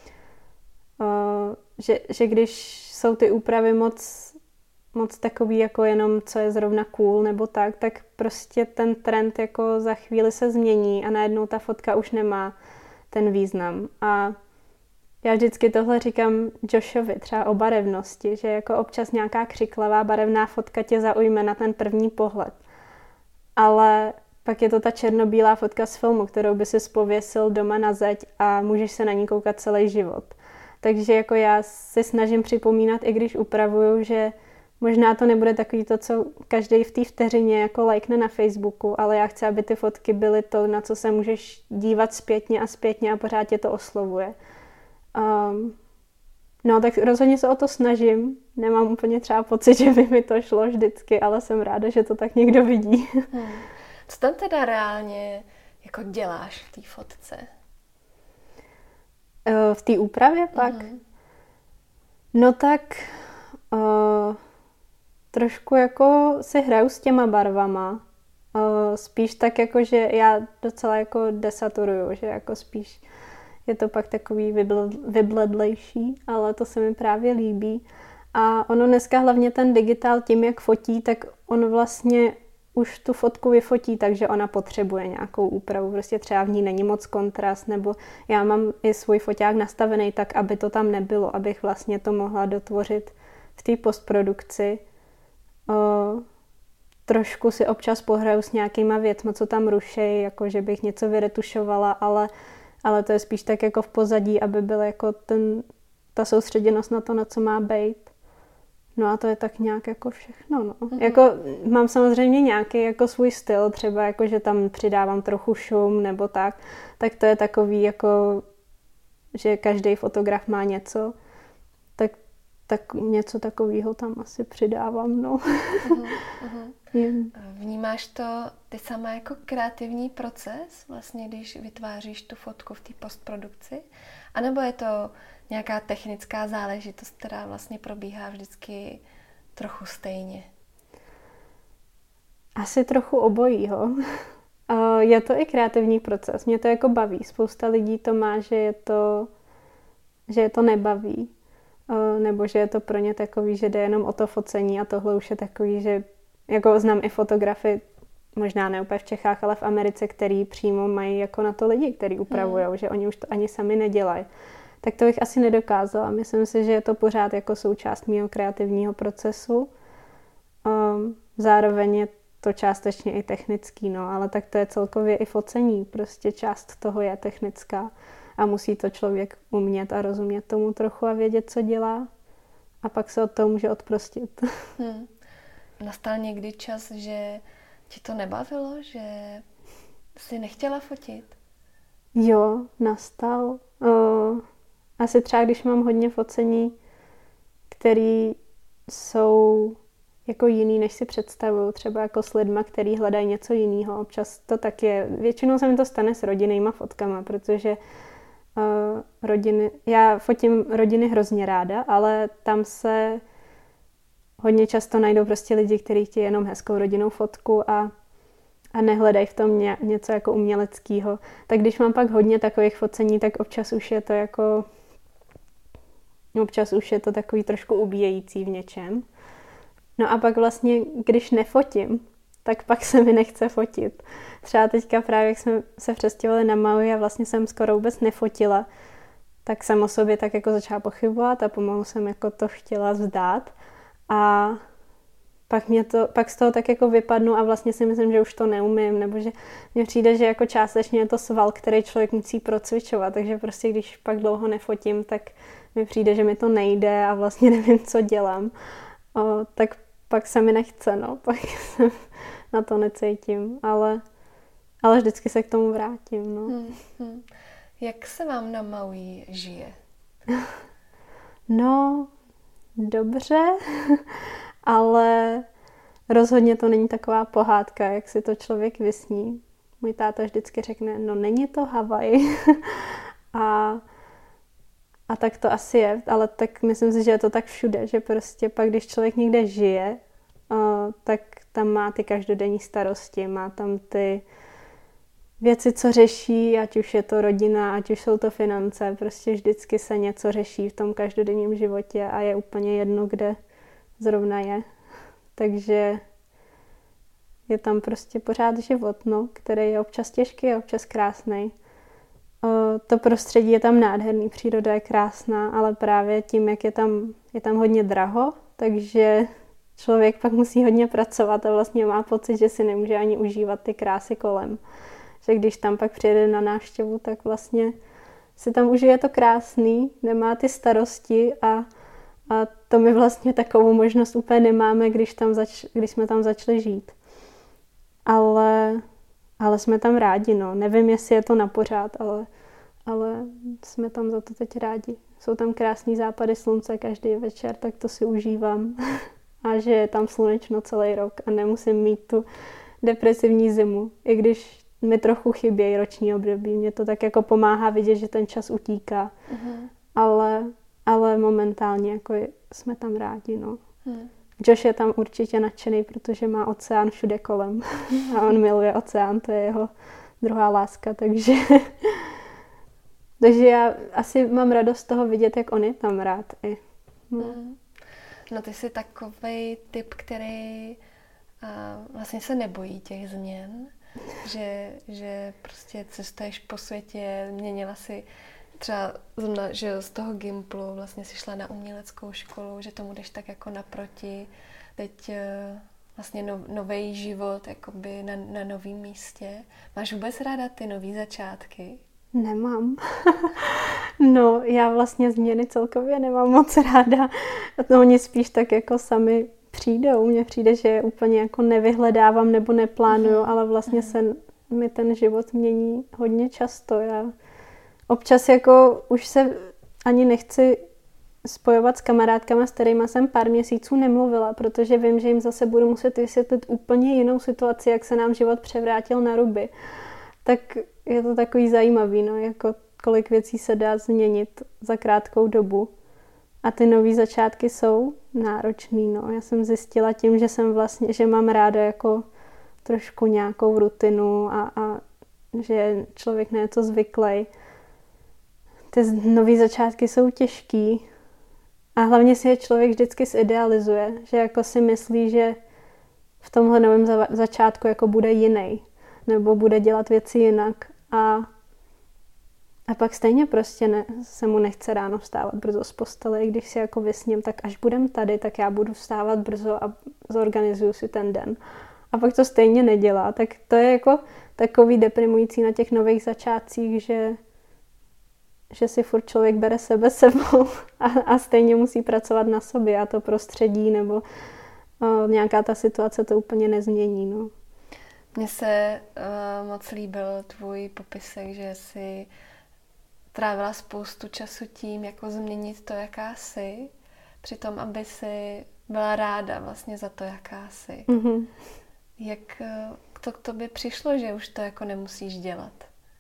uh, že, že když jsou ty úpravy moc, moc takový jako jenom, co je zrovna cool nebo tak, tak prostě ten trend jako za chvíli se změní a najednou ta fotka už nemá ten význam. A Já vždycky tohle říkám Joshovi, třeba o barevnosti, že jako občas nějaká křiklavá barevná fotka tě zaujme na ten první pohled. Ale pak je to ta černobílá fotka z filmu, kterou by si pověsil doma na zeď a můžeš se na ní koukat celý život. Takže jako já si snažím připomínat, i když upravuju, že možná to nebude takový to, co každý v té vteřině jako lajkne na Facebooku, ale já chci, aby ty fotky byly to, na co se můžeš dívat zpětně a zpětně a pořád tě to oslovuje. Um, no, tak rozhodně se o to snažím. Nemám úplně třeba pocit, že by mi to šlo vždycky, ale jsem ráda, že to tak někdo vidí. Hmm. Co tam teda reálně jako děláš v té fotce? Uh, v té úpravě pak? Mm. No tak uh, trošku jako si hraju s těma barvama. Uh, spíš tak jako, že já docela jako desaturuju, že jako spíš je to pak takový vybledlejší, ale to se mi právě líbí. A ono dneska hlavně ten digitál tím, jak fotí, tak on vlastně už tu fotku vyfotí, takže ona potřebuje nějakou úpravu. Prostě třeba v ní není moc kontrast, nebo já mám i svůj foťák nastavený tak, aby to tam nebylo, abych vlastně to mohla dotvořit v té postprodukci. O, trošku si občas pohraju s nějakýma věcmi, co tam rušejí, jako že bych něco vyretušovala, ale, ale to je spíš tak jako v pozadí, aby byla jako ten, ta soustředěnost na to, na co má být. No a to je tak nějak jako všechno, no. Mm-hmm. Jako mám samozřejmě nějaký jako svůj styl, třeba jako, že tam přidávám trochu šum nebo tak, tak to je takový jako, že každý fotograf má něco, tak, tak něco takového tam asi přidávám, no. Mm-hmm. Vnímáš to ty sama jako kreativní proces, vlastně když vytváříš tu fotku v té postprodukci? A nebo je to nějaká technická záležitost, která vlastně probíhá vždycky trochu stejně? Asi trochu obojího. Je to i kreativní proces. Mě to jako baví. Spousta lidí to má, že je to, že je to nebaví. Nebo že je to pro ně takový, že jde jenom o to focení a tohle už je takový, že jako znám i fotografy, možná ne úplně v Čechách, ale v Americe, který přímo mají jako na to lidi, který upravujou, hmm. že oni už to ani sami nedělají. Tak to bych asi nedokázala. Myslím si, že je to pořád jako součást mého kreativního procesu. Um, zároveň je to částečně i technický, no, ale tak to je celkově i focení. Prostě část toho je technická a musí to člověk umět a rozumět tomu trochu a vědět, co dělá. A pak se od toho může odprostit. Hmm. Nastal někdy čas, že ti to nebavilo, že jsi nechtěla fotit? Jo, nastal. Uh, Asi třeba, když mám hodně focení, který jsou jako jiný, než si představuju. Třeba jako s lidma, který hledají něco jiného. Občas to tak je. Většinou se mi to stane s rodinnýma fotkama, protože uh, rodiny, já fotím rodiny hrozně ráda, ale tam se hodně často najdou prostě lidi, kteří chtějí jenom hezkou rodinnou fotku a a nehledají v tom ně, něco jako uměleckého. Tak když mám pak hodně takových focení, tak občas už je to jako občas už je to takový trošku ubíjející v něčem. No a pak vlastně, když nefotím, tak pak se mi nechce fotit. Třeba teďka právě, jak jsme se přestěhovali na Maui a vlastně jsem skoro vůbec nefotila, tak jsem o sobě tak jako začala pochybovat a pomalu jsem jako to chtěla vzdát. A pak, mě to, pak z toho tak jako vypadnu a vlastně si myslím, že už to neumím, nebo že mně přijde, že jako částečně je to sval, který člověk musí procvičovat, takže prostě když pak dlouho nefotím, tak mi přijde, že mi to nejde a vlastně nevím, co dělám. O, tak pak se mi nechce, no, pak se na to necítím, ale, ale vždycky se k tomu vrátím, no. Hmm, hmm. Jak se vám na Maui žije? No, dobře, ale rozhodně to není taková pohádka, jak si to člověk vysní. Můj táta vždycky řekne, no není to Havaj. a, a tak to asi je, ale tak myslím si, že je to tak všude, že prostě pak, když člověk někde žije, uh, tak tam má ty každodenní starosti, má tam ty věci, co řeší, ať už je to rodina, ať už jsou to finance, prostě vždycky se něco řeší v tom každodenním životě a je úplně jedno, kde zrovna je. Takže je tam prostě pořád život, no, který je občas těžký a občas krásný. To prostředí je tam nádherný, příroda je krásná, ale právě tím, jak je tam, je tam hodně draho, takže člověk pak musí hodně pracovat a vlastně má pocit, že si nemůže ani užívat ty krásy kolem. Že když tam pak přijede na návštěvu, tak vlastně si tam užije to krásný, nemá ty starosti a, a to my vlastně takovou možnost úplně nemáme, když, tam zač, když jsme tam začali žít. Ale, ale jsme tam rádi, no. Nevím, jestli je to na pořád, ale, ale jsme tam za to teď rádi. Jsou tam krásný západy slunce každý večer, tak to si užívám. A že je tam slunečno celý rok a nemusím mít tu depresivní zimu. I když mi trochu chybějí roční období, mě to tak jako pomáhá vidět, že ten čas utíká. Uh-huh. Ale, ale momentálně jako jsme tam rádi, no. Uh-huh. Josh je tam určitě nadšený, protože má oceán všude kolem. A on miluje oceán, to je jeho druhá láska, takže... takže já asi mám radost z toho vidět, jak on je tam rád i. No. Uh-huh. No ty jsi takovej typ, který uh, vlastně se nebojí těch změn, že, že prostě cestuješ po světě, měnila si třeba zna, že z toho Gimplu vlastně si šla na uměleckou školu, že tomu jdeš tak jako naproti, teď uh, vlastně no, nový život jakoby na, na novém místě. Máš vůbec ráda ty nový začátky? Nemám. No, já vlastně změny celkově nemám moc ráda. No, oni spíš tak jako sami přijdou. Mně přijde, že je úplně jako nevyhledávám nebo neplánuju, uh-huh. ale vlastně uh-huh. se mi ten život mění hodně často. Já občas jako už se ani nechci spojovat s kamarádkama, s kterýma jsem pár měsíců nemluvila, protože vím, že jim zase budu muset vysvětlit úplně jinou situaci, jak se nám život převrátil na ruby. Tak je to takový zajímavý, no, jako kolik věcí se dá změnit za krátkou dobu. A ty nový začátky jsou náročný, no. Já jsem zjistila tím, že jsem vlastně, že mám ráda jako trošku nějakou rutinu a, a že člověk na něco zvyklý. Ty nový začátky jsou těžký a hlavně si je člověk vždycky zidealizuje, že jako si myslí, že v tomhle novém za- začátku jako bude jiný. Nebo bude dělat věci jinak a, a pak stejně prostě ne, se mu nechce ráno vstávat brzo z postele, když si jako vysním, tak až budem tady, tak já budu vstávat brzo a zorganizuju si ten den. A pak to stejně nedělá, tak to je jako takový deprimující na těch nových začátcích, že, že si furt člověk bere sebe sebou a, a stejně musí pracovat na sobě a to prostředí nebo o, nějaká ta situace to úplně nezmění, no. Mně se uh, moc líbil tvůj popisek, že jsi trávila spoustu času tím, jako změnit to, jaká jsi, přitom, aby si byla ráda vlastně za to, jaká jsi. Mm-hmm. Jak uh, to k tobě přišlo, že už to jako nemusíš dělat?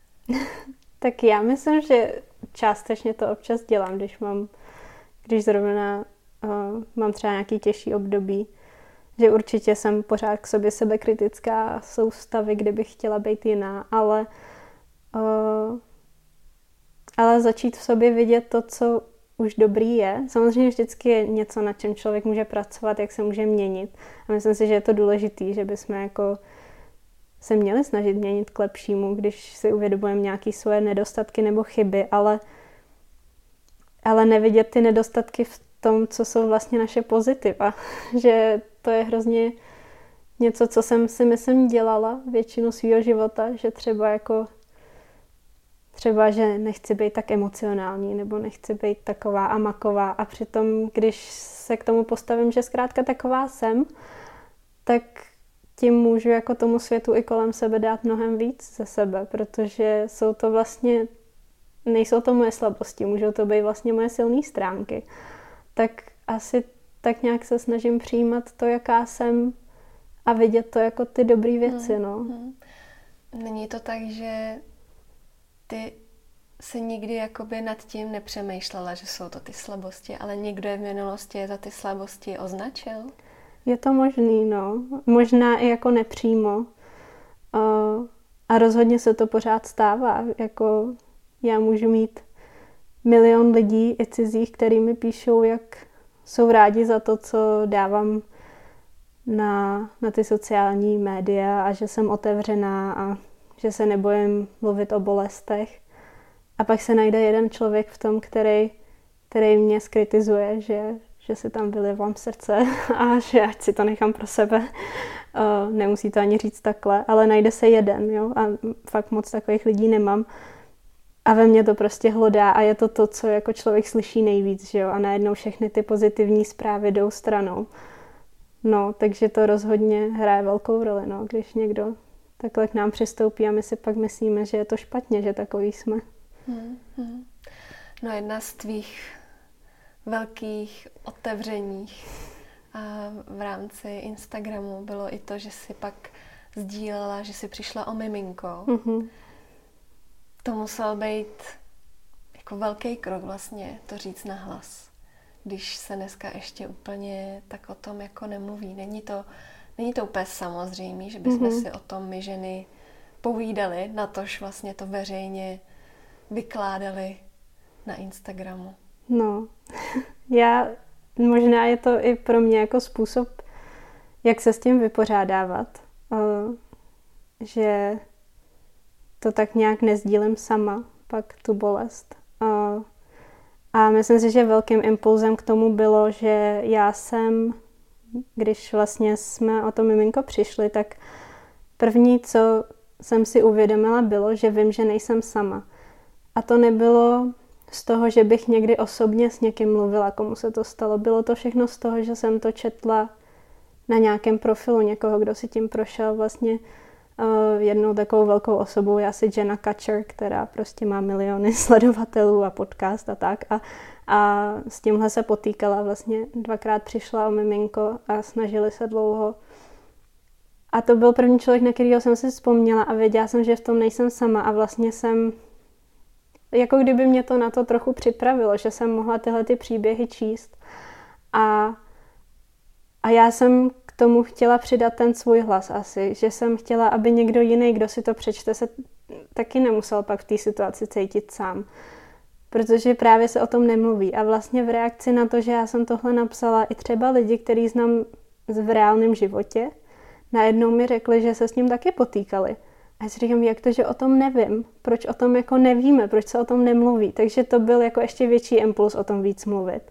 Tak já myslím, že částečně to občas dělám, když mám, když zrovna uh, mám třeba nějaký těžší období, že určitě jsem pořád k sobě sebekritická, jsou stavy, kde bych chtěla být jiná, ale, uh, ale začít v sobě vidět to, co už dobrý je. Samozřejmě vždycky je něco, na čem člověk může pracovat, jak se může měnit. A myslím si, že je to důležitý, že bychom jako se měli snažit měnit k lepšímu, když si uvědomujeme nějaké svoje nedostatky nebo chyby, ale, ale nevidět ty nedostatky v tom, co jsou vlastně naše pozitiva. Že to je hrozně něco, co jsem si myslím dělala většinu svého života, že třeba jako třeba, že nechci být tak emocionální nebo nechci být taková a maková a přitom, když se k tomu postavím, že zkrátka taková jsem, tak tím můžu jako tomu světu i kolem sebe dát mnohem víc ze sebe, protože jsou to vlastně, nejsou to moje slabosti, můžou to být vlastně moje silné stránky. Tak asi tak nějak se snažím přijímat to, jaká jsem a vidět to jako ty dobré věci, no. Hmm, hmm. Není to tak, že ty se nikdy jakoby nad tím nepřemýšlela, že jsou to ty slabosti, ale někdo je v minulosti za ty slabosti označil? Je to možný, no. Možná i jako nepřímo. A rozhodně se to pořád stává. Jako já můžu mít milion lidí i cizích, který mi píšou, jak jsou rádi za to, co dávám na, na ty sociální média a že jsem otevřená a že se nebojím mluvit o bolestech. A pak se najde jeden člověk v tom, který, který mě skritizuje, že, že si tam vylivám srdce a že ať si to nechám pro sebe. Uh, nemusí to ani říct takhle, ale najde se jeden, jo, a fakt moc takových lidí nemám. A ve mně to prostě hlodá a je to to, co jako člověk slyší nejvíc, že jo, a najednou všechny ty pozitivní zprávy jdou stranou. No, takže to rozhodně hraje velkou roli, no, když někdo takhle k nám přistoupí a my si pak myslíme, že je to špatně, že takový jsme. Hmm, hmm. No, jedna z tvých velkých otevřeních a v rámci Instagramu bylo i to, že si pak sdílela, že si přišla o miminko. Mm-hmm. To musel být jako velký krok vlastně to říct nahlas, když se dneska ještě úplně tak o tom jako nemluví. Není to, není to úplně samozřejmé, že bychom mm-hmm. si o tom my ženy povídali, natož vlastně to veřejně vykládali na Instagramu. No, já, možná je to i pro mě jako způsob, jak se s tím vypořádávat, že to tak nějak nezdílím sama, pak tu bolest. A myslím si, že velkým impulzem k tomu bylo, že já jsem, když vlastně jsme o to miminko přišli, tak první, co jsem si uvědomila, bylo, že vím, že nejsem sama. A to nebylo z toho, že bych někdy osobně s někým mluvila, komu se to stalo. Bylo to všechno z toho, že jsem to četla na nějakém profilu někoho, kdo si tím prošel. Vlastně uh, jednou takovou velkou osobou je asi Jenna Kutcher, která prostě má miliony sledovatelů a podcast a tak. A, a s tímhle se potýkala. Vlastně dvakrát přišla o miminko a snažili se dlouho. A to byl první člověk, na kterého jsem si vzpomněla a věděla jsem, že v tom nejsem sama. A vlastně jsem jako kdyby mě to na to trochu připravilo, že jsem mohla tyhle ty příběhy číst. A, a já jsem k tomu chtěla přidat ten svůj hlas asi, že jsem chtěla, aby někdo jiný, kdo si to přečte, se taky nemusel pak v té situaci cítit sám. Protože právě se o tom nemluví. A vlastně v reakci na to, že já jsem tohle napsala, i třeba lidi, který znám v reálném životě, najednou mi řekli, že se s ním taky potýkali. A já si říkám, jak to, že o tom nevím? Proč o tom jako nevíme? Proč se o tom nemluví? Takže to byl jako ještě větší impuls o tom víc mluvit.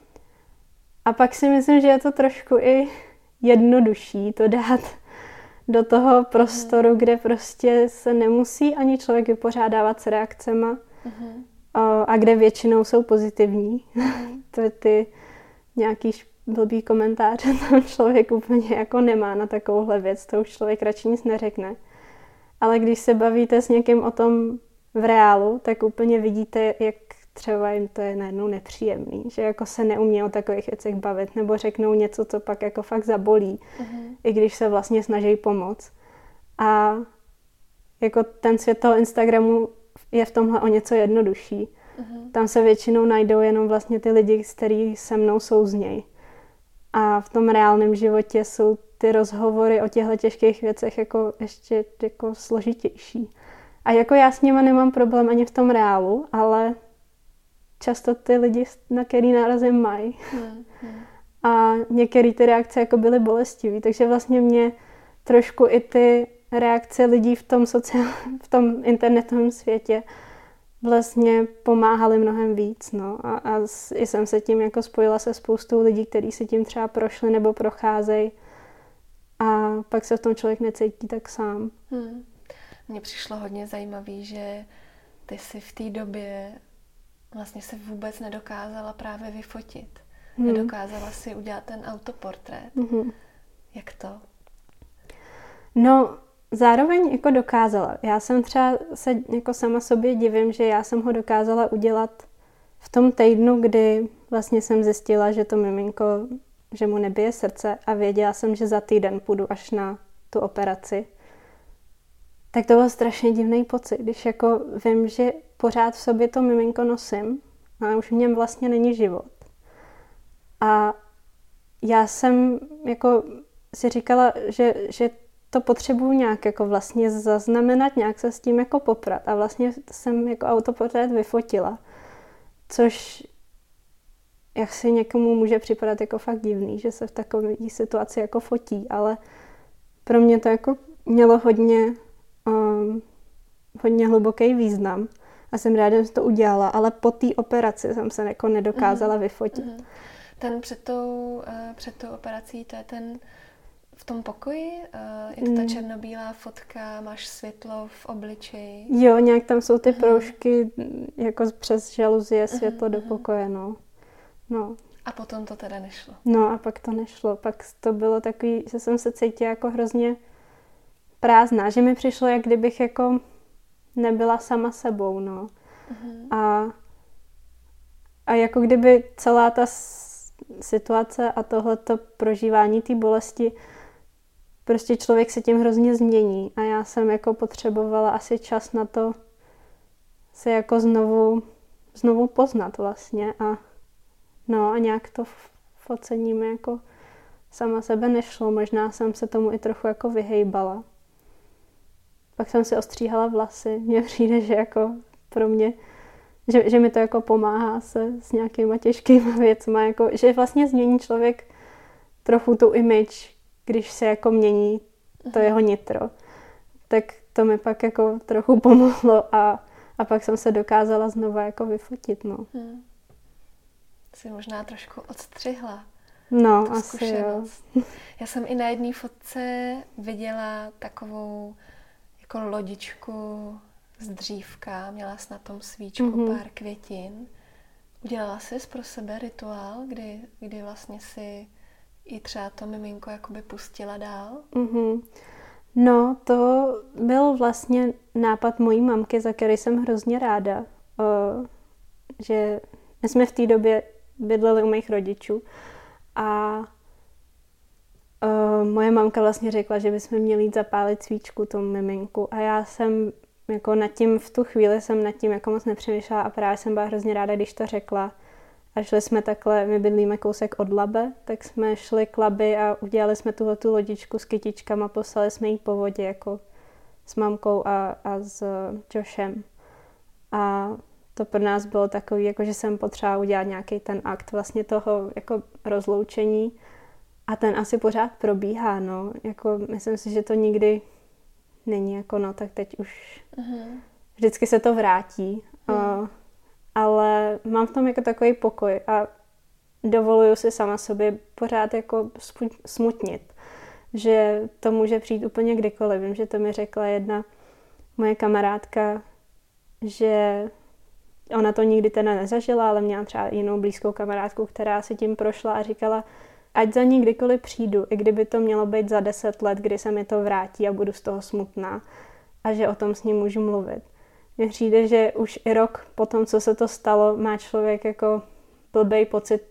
A pak si myslím, že je to trošku i jednodušší to dát do toho prostoru, kde prostě se nemusí ani člověk vypořádávat s reakcema uh-huh. a kde většinou jsou pozitivní. Uh-huh. To ty nějaký blbý komentáře tam člověk úplně jako nemá na takovouhle věc. To už člověk radši nic neřekne. Ale když se bavíte s někým o tom v reálu, tak úplně vidíte, jak třeba jim to je najednou nepříjemný, že jako se neumí o takových věcech bavit, nebo řeknou něco, co pak jako fakt zabolí, uh-huh. i když se vlastně snaží pomoct. A jako ten svět toho Instagramu je v tomhle o něco jednodušší. Uh-huh. Tam se většinou najdou jenom vlastně ty lidi, kteří se mnou souznějí. A v tom reálném životě jsou ty rozhovory o těchto těžkých věcech jako ještě jako složitější. A jako já s nima nemám problém ani v tom reálu, ale často ty lidi, na který nárazím mají. Hmm, hmm. A některé ty reakce jako byly bolestivé, takže vlastně mě trošku i ty reakce lidí v tom sociál, v tom internetovém světě vlastně pomáhaly mnohem víc. No. A, a i jsem se tím jako spojila se spoustou lidí, kteří si tím třeba prošli nebo procházejí. A pak se v tom člověk necítí tak sám. Hmm. Mně přišlo hodně zajímavý, že ty si v té době vlastně se vůbec nedokázala právě vyfotit. Hmm. Nedokázala si udělat ten autoportrét. Hmm. Jak to? No, zároveň jako dokázala. Já jsem třeba se jako sama sobě divím, že já jsem ho dokázala udělat v tom týdnu, kdy vlastně jsem zjistila, že to miminko, že mu nebije srdce a věděla jsem, že za týden půjdu až na tu operaci. Tak to byl strašně divný pocit, když jako vím, že pořád v sobě to miminko nosím, ale už v něm vlastně není život. A já jsem jako si říkala, že, že to potřebuju nějak jako vlastně zaznamenat, nějak se s tím jako poprat. A vlastně jsem jako autoportrét vyfotila, což jak si někomu může připadat jako fakt divný, že se v takové situaci jako fotí, ale pro mě to jako mělo hodně, um, hodně hluboký význam. a jsem ráda, že jsem to udělala, ale po té operaci jsem se jako nedokázala mm-hmm. vyfotit. Mm-hmm. Ten před tou, uh, před tou operací, to je ten v tom pokoji? Uh, je to ta černobílá fotka, máš světlo v obličeji? Jo, nějak tam jsou ty mm-hmm. proužky, jako přes žaluzie světlo mm-hmm. do pokoje, no. no. A potom to teda nešlo? No a pak to nešlo. Pak to bylo takový, že jsem se cítila jako hrozně prázdná, že mi přišlo, jak kdybych jako nebyla sama sebou, no. Mm-hmm. A, a jako kdyby celá ta situace a tohleto prožívání té bolesti, prostě člověk se tím hrozně změní a já jsem jako potřebovala asi čas na to se jako znovu, znovu poznat vlastně a no a nějak to v ocením jako sama sebe nešlo, možná jsem se tomu i trochu jako vyhejbala. Pak jsem si ostříhala vlasy, mně přijde, že jako pro mě Že, že mi to jako pomáhá se s nějakýma těžkýma věcma, jako, že vlastně změní člověk trochu tu image, když se jako mění to jeho nitro. Tak to mi pak jako trochu pomohlo a, a pak jsem se dokázala znova jako vyfotit, no. Hmm. Jsi možná trošku odstřihla. No, asi jo. Já jsem i na jedné fotce viděla takovou jako lodičku z dřívka, měla jsi na tom svíčku, mm-hmm. pár květin. Udělala jsi pro sebe rituál, kdy, kdy vlastně si i třeba to miminko jakoby pustila dál? Mm-hmm. No, to byl vlastně nápad mojí mamky, za který jsem hrozně ráda. O, že my jsme v té době bydleli u mých rodičů a o, moje mamka vlastně řekla, že bychom měli jít zapálit svíčku tomu miminku a já jsem jako nad tím, v tu chvíli jsem nad tím jako moc nepřemýšlela a právě jsem byla hrozně ráda, když to řekla. A šli jsme takhle, my bydlíme kousek od Labe, tak jsme šli k Labi a udělali jsme tuhletu lodičku s kytičkama, poslali jsme ji po vodě jako s mamkou a, a s Joshem. A to pro nás bylo takový, jako že jsem potřeba udělat nějaký ten akt vlastně toho jako rozloučení a ten asi pořád probíhá, no. Jako myslím si, že to nikdy není jako no, tak teď už uh-huh. vždycky se to vrátí. Uh-huh. Uh, ale mám v tom jako takový pokoj a dovoluju si sama sobě pořád jako smutnit, že to může přijít úplně kdykoliv. Vím, že to mi řekla jedna moje kamarádka, že ona to nikdy teda nezažila, ale měla třeba jinou blízkou kamarádku, která si tím prošla a říkala, ať za ní kdykoliv přijdu, i kdyby to mělo být za deset let, kdy se mi to vrátí a budu z toho smutná a že o tom s ním můžu mluvit. Mně přijde, že už i rok po tom, co se to stalo, má člověk jako blbej pocit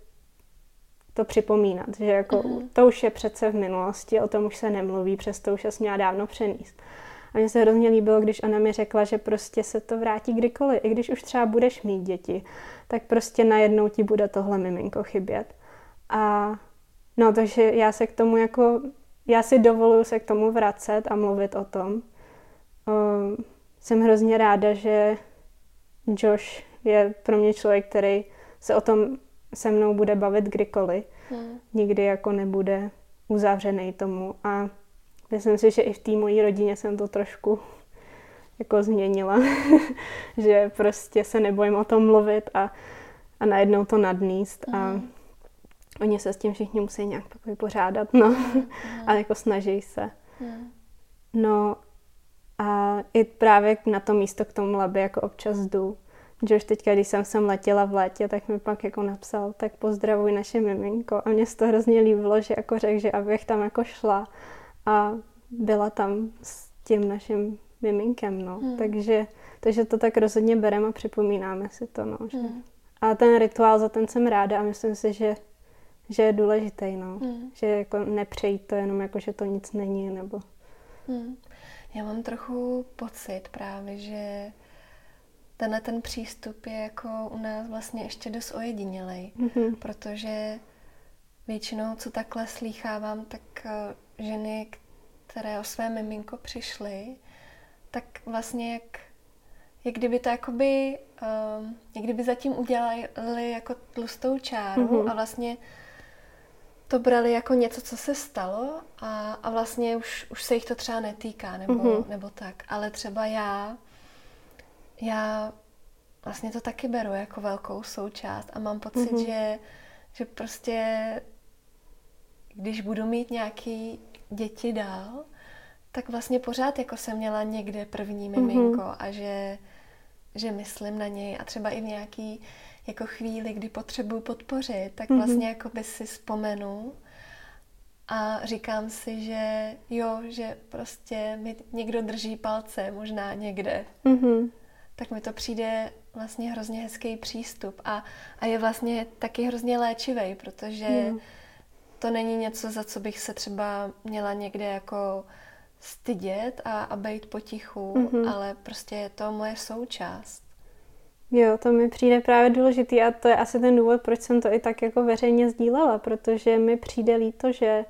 to připomínat, že jako uh-huh. to už je přece v minulosti, o tom už se nemluví, přesto už se směla dávno přenést. A mně se hrozně líbilo, když ona mi řekla, že prostě se to vrátí kdykoliv, i když už třeba budeš mít děti, tak prostě najednou ti bude tohle miminko chybět. A no, takže já se k tomu jako, já si dovoluju se k tomu vracet a mluvit o tom. Um, jsem hrozně ráda, že Josh je pro mě člověk, který se o tom se mnou bude bavit kdykoliv. Hmm. Nikdy jako nebude uzavřený tomu. A myslím si, že i v té mojí rodině jsem to trošku jako změnila. Že prostě se nebojím o tom mluvit a, a najednou to nadníst. Hmm. A oni se s tím všichni musí nějak pak vypořádat. No. Hmm. A jako snaží se. Hmm. No a i právě na to místo k tomu Labi jako občas jdu. Že už teďka, když jsem sem letěla v létě, tak mi pak jako napsal, tak pozdravuj naše miminko. A mně se to hrozně líbilo, že jako řekl, že abych tam jako šla a byla tam s tím naším miminkem, no. Hmm. Takže, takže to tak rozhodně bereme a připomínáme si to, no. Že... Hmm. A ten rituál, za ten jsem ráda a myslím si, že, že je důležitý, no. Hmm. Že jako nepřejít to jenom jako, že to nic není, nebo... Hmm. Já mám trochu pocit právě, že tenhle ten přístup je jako u nás vlastně ještě dost ojedinělej, mm-hmm. protože většinou, co takhle slýchávám, tak ženy, které o své miminko přišly, tak vlastně jak, jak kdyby to jakoby, um, jak kdyby zatím udělali jako tlustou čáru mm-hmm. a vlastně to brali jako něco, co se stalo a, a vlastně už, už se jich to třeba netýká, nebo, mm-hmm. nebo tak. Ale třeba já, já vlastně to taky beru jako velkou součást a mám pocit, mm-hmm. že, že prostě když budu mít nějaký děti dál, tak vlastně pořád jako jsem měla někde první miminko mm-hmm. a že, že myslím na něj a třeba i v nějaký jako chvíli, kdy potřebuji podpořit, tak vlastně mm-hmm. jako by si vzpomenu a říkám si, že jo, že prostě mi někdo drží palce, možná někde. Mm-hmm. Tak mi to přijde vlastně hrozně hezký přístup a, a je vlastně taky hrozně léčivý, protože mm. to není něco, za co bych se třeba měla někde jako stydět a, a bejt potichu, mm-hmm. ale prostě je to moje součást. Jo, to mi přijde právě důležitý a to je asi ten důvod, proč jsem to i tak jako veřejně sdílela, protože mi přijde líto, že,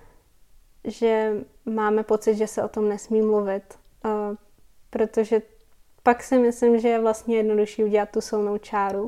že máme pocit, že se o tom nesmí mluvit, uh, protože pak si myslím, že je vlastně jednodušší udělat tu silnou čáru,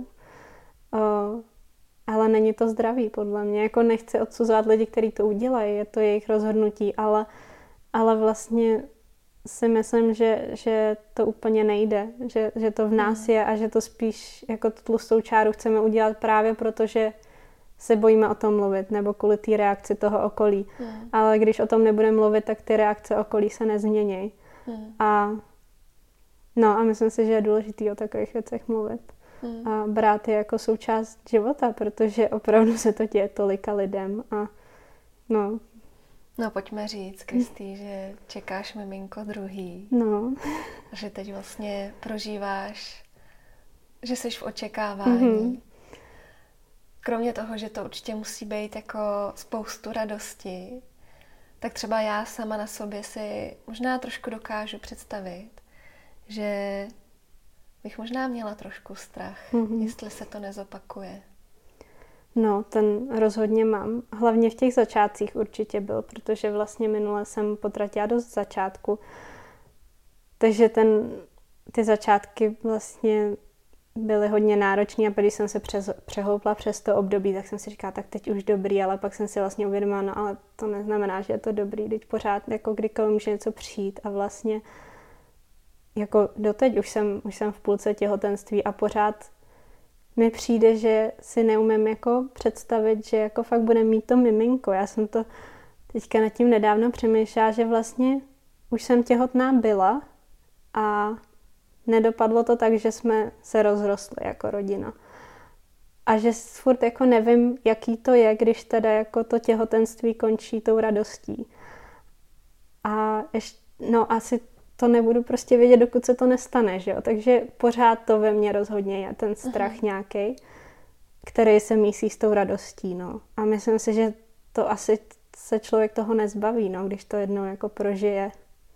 uh, ale není to zdravý podle mě, jako nechci odsuzovat lidi, kteří to udělají, je to jejich rozhodnutí, ale, ale vlastně si myslím, že, že to úplně nejde, že, že to v nás je a že to spíš jako tu tlustou čáru chceme udělat právě proto, že se bojíme o tom mluvit nebo kvůli té reakci toho okolí. Mm. Ale když o tom nebudeme mluvit, tak ty reakce okolí se nezmění. Mm. A no a myslím si, že je důležitý o takových věcech mluvit. Mm. A brát je jako součást života, protože opravdu se to děje tolika lidem a no. No pojďme říct, Kristý, že čekáš miminko druhý. No. Že teď vlastně prožíváš, že jsi v očekávání. Mm-hmm. Kromě toho, že to určitě musí být jako spoustu radosti, tak třeba já sama na sobě si možná trošku dokážu představit, že bych možná měla trošku strach, mm-hmm. jestli se to nezopakuje. No, ten rozhodně mám. Hlavně v těch začátcích určitě byl, protože vlastně minule jsem potratila dost začátku. Takže ten, ty začátky vlastně byly hodně náročné a když jsem se přes, přehoupla přes to období, tak jsem si říkala, tak teď už dobrý, ale pak jsem si vlastně uvědomila, no ale to neznamená, že je to dobrý, teď pořád jako kdykoliv může něco přijít a vlastně jako doteď už jsem, už jsem v půlce těhotenství a pořád mi přijde, že si neumím jako představit, že jako fakt budem mít to miminko. Já jsem to teďka nad tím nedávno přemýšlela, že vlastně už jsem těhotná byla a nedopadlo to tak, že jsme se rozrostli jako rodina. A že furt jako nevím, jaký to je, když teda jako to těhotenství končí tou radostí. A ještě, no asi to nebudu prostě vědět, dokud se to nestane, že jo. Takže pořád to ve mně rozhodně je ten strach uh-huh. nějaký, který se mísí s tou radostí, no. A myslím si, že to asi se člověk toho nezbaví, no, když to jednou jako prožije.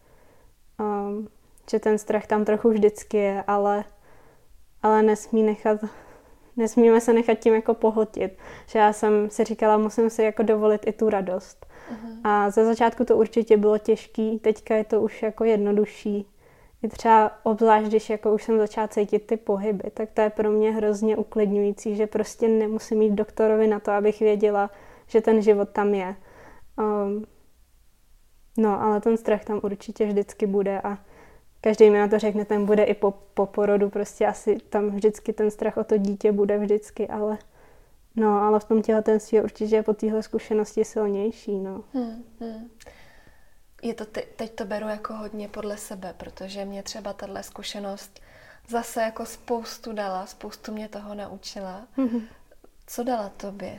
Um, že ten strach tam trochu vždycky je, ale, ale nesmí nechat, nesmíme se nechat tím jako pohltit. Že já jsem si říkala, musím si jako dovolit i tu radost. Uh-huh. A za začátku to určitě bylo těžký, teďka je to už jako jednodušší. I třeba obzvlášť, když jako už jsem začala cítit ty pohyby, tak to je pro mě hrozně uklidňující, že prostě nemusím jít doktorovi na to, abych věděla, že ten život tam je. Um, no, ale ten strach tam určitě vždycky bude a každý mi na to řekne, ten bude i po, po porodu, prostě asi tam vždycky ten strach o to dítě bude vždycky, ale no, ale v tom těhotenství je určitě po téhle zkušenosti silnější, no. Hmm, hmm. Je to te- teď to beru jako hodně podle sebe, protože mě třeba tahle zkušenost zase jako spoustu dala, spoustu mě toho naučila. Hmm. Co dala tobě?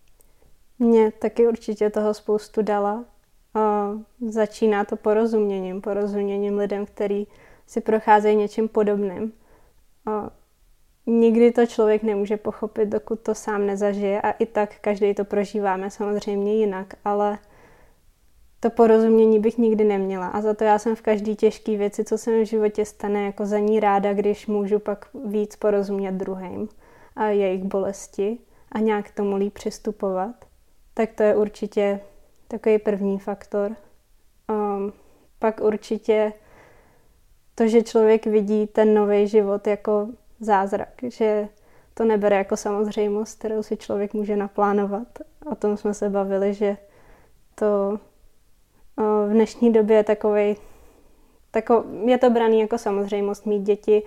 Mně taky určitě toho spoustu dala. A začíná to porozuměním, porozuměním lidem, kteří si procházejí něčím podobným. A nikdy to člověk nemůže pochopit, dokud to sám nezažije a i tak každý to prožíváme samozřejmě jinak, ale to porozumění bych nikdy neměla a za to já jsem v každé těžké věci, co se mi v životě stane, jako za ní ráda, když můžu pak víc porozumět druhým a jejich bolesti a nějak k tomu líp přistupovat. Tak to je určitě takový první faktor. Um, pak určitě to, že člověk vidí ten nový život jako zázrak, že to nebere jako samozřejmost, kterou si člověk může naplánovat. O tom jsme se bavili, že to v dnešní době je takovej, tako, je to braný jako samozřejmost mít děti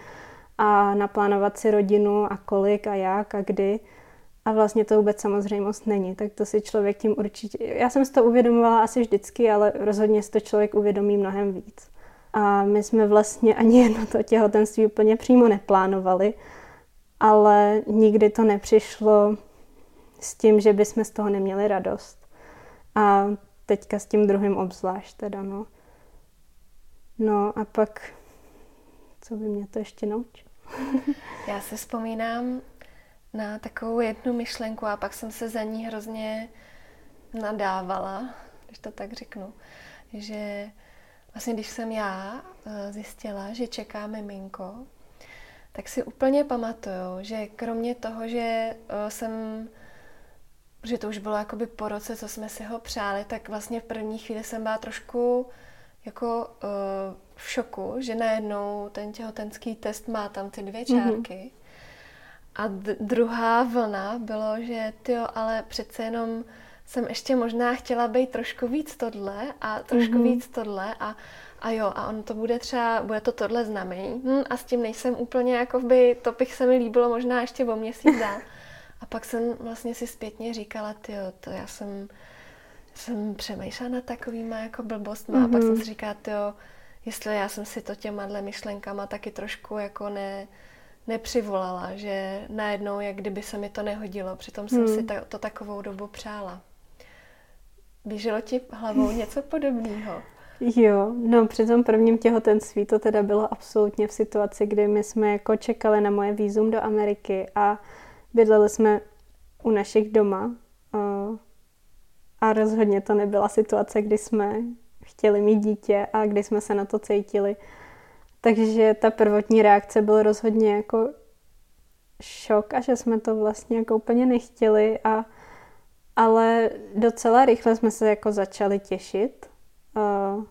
a naplánovat si rodinu a kolik a jak a kdy. A vlastně to vůbec samozřejmost není, tak to si člověk tím určitě... Já jsem si to uvědomovala asi vždycky, ale rozhodně si to člověk uvědomí mnohem víc. A my jsme vlastně ani jedno to těhotenství úplně přímo neplánovali, ale nikdy to nepřišlo s tím, že bychom z toho neměli radost. A teďka s tím druhým obzvlášť teda, no. No a pak, co by mě to ještě naučilo? Já si vzpomínám na takovou jednu myšlenku a pak jsem se za ní hrozně nadávala, když to tak řeknu, že vlastně když jsem já zjistila, že čeká miminko, tak si úplně pamatuju, že kromě toho, že jsem, že to už bylo jakoby po roce, co jsme si ho přáli, tak vlastně v první chvíli jsem byla trošku jako v šoku, že najednou ten těhotenský test má tam ty dvě čárky. Mm-hmm. A d- druhá vlna bylo, že tyjo, ale přece jenom jsem ještě možná chtěla být trošku víc tohle a trošku mm-hmm. víc tohle a, a jo, a on to bude třeba, bude to tohle znamení hm, a s tím nejsem úplně jakoby, to bych se mi líbilo možná ještě o měsíc dál. A pak jsem vlastně si zpětně říkala, tyjo, to já jsem, jsem přemýšlela nad takovýma jako blbostma mm-hmm. a pak jsem si říkala, tyjo, jestli já jsem si to těma myšlenkama taky trošku jako ne... nepřivolala, že najednou, jak kdyby se mi to nehodilo. Přitom jsem hmm. si to, to takovou dobu přála. Běželo ti hlavou něco podobného? Jo, no při tom prvním těhotenství to teda bylo absolutně v situaci, kdy my jsme jako čekali na moje vízum do Ameriky a bydleli jsme u našich doma a rozhodně to nebyla situace, kdy jsme chtěli mít dítě a kdy jsme se na to cítili. Takže ta prvotní reakce byl rozhodně jako šok a že jsme to vlastně jako úplně nechtěli, a, ale docela rychle jsme se jako začali těšit. Uh,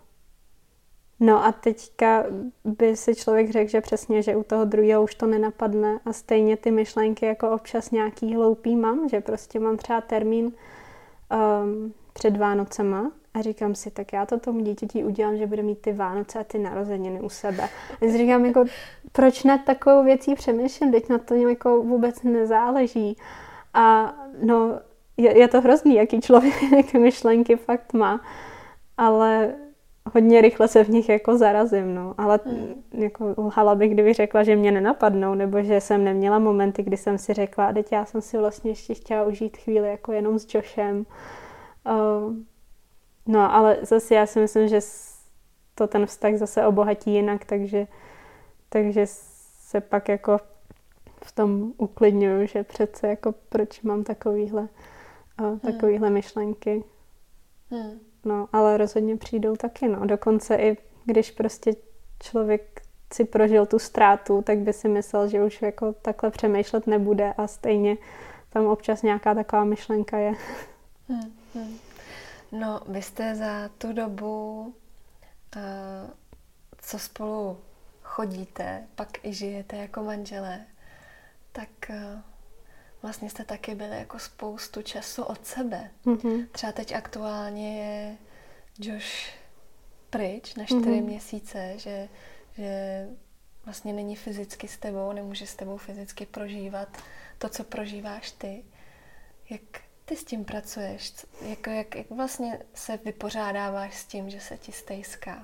no a teďka by si člověk řekl, že přesně, že u toho druhého už to nenapadne a stejně ty myšlenky jako občas nějaký hloupý mám, že prostě mám třeba termín um, před Vánocema. A říkám si, tak já to tomu dítěti udělám, že bude mít ty Vánoce a ty narozeniny u sebe. A si říkám, jako, proč nad takovou věcí přemýšlím, teď na to jako vůbec nezáleží. A no, je, je to hrozný, jaký člověk jaké myšlenky fakt má, ale hodně rychle se v nich jako zarazím, no. Ale mm. jako lhala bych, kdybych řekla, že mě nenapadnou, nebo že jsem neměla momenty, kdy jsem si řekla, a teď já jsem si vlastně ještě chtěla užít chvíli jako jenom s Joshem. Uh, No, ale zase já si myslím, že to ten vztah zase obohatí jinak, takže, takže se pak jako v tom uklidňuju, že přece jako proč mám takovýhle, uh, takovýhle hmm. myšlenky. Hmm. No, ale rozhodně přijdou taky, no. Dokonce i když prostě člověk si prožil tu ztrátu, tak by si myslel, že už jako takhle přemýšlet nebude a stejně tam občas nějaká taková myšlenka je. Hmm. Hmm. No, vy jste za tu dobu, uh, co spolu chodíte, pak i žijete jako manželé, tak uh, vlastně jste taky byli jako spoustu času od sebe. Mm-hmm. Třeba teď aktuálně je Josh pryč na čtyři mm-hmm. měsíce, že, že vlastně není fyzicky s tebou, nemůže s tebou fyzicky prožívat to, co prožíváš ty. Jak ty s tím pracuješ? Jako, jak, jak vlastně se vypořádáváš s tím, že se ti stejská?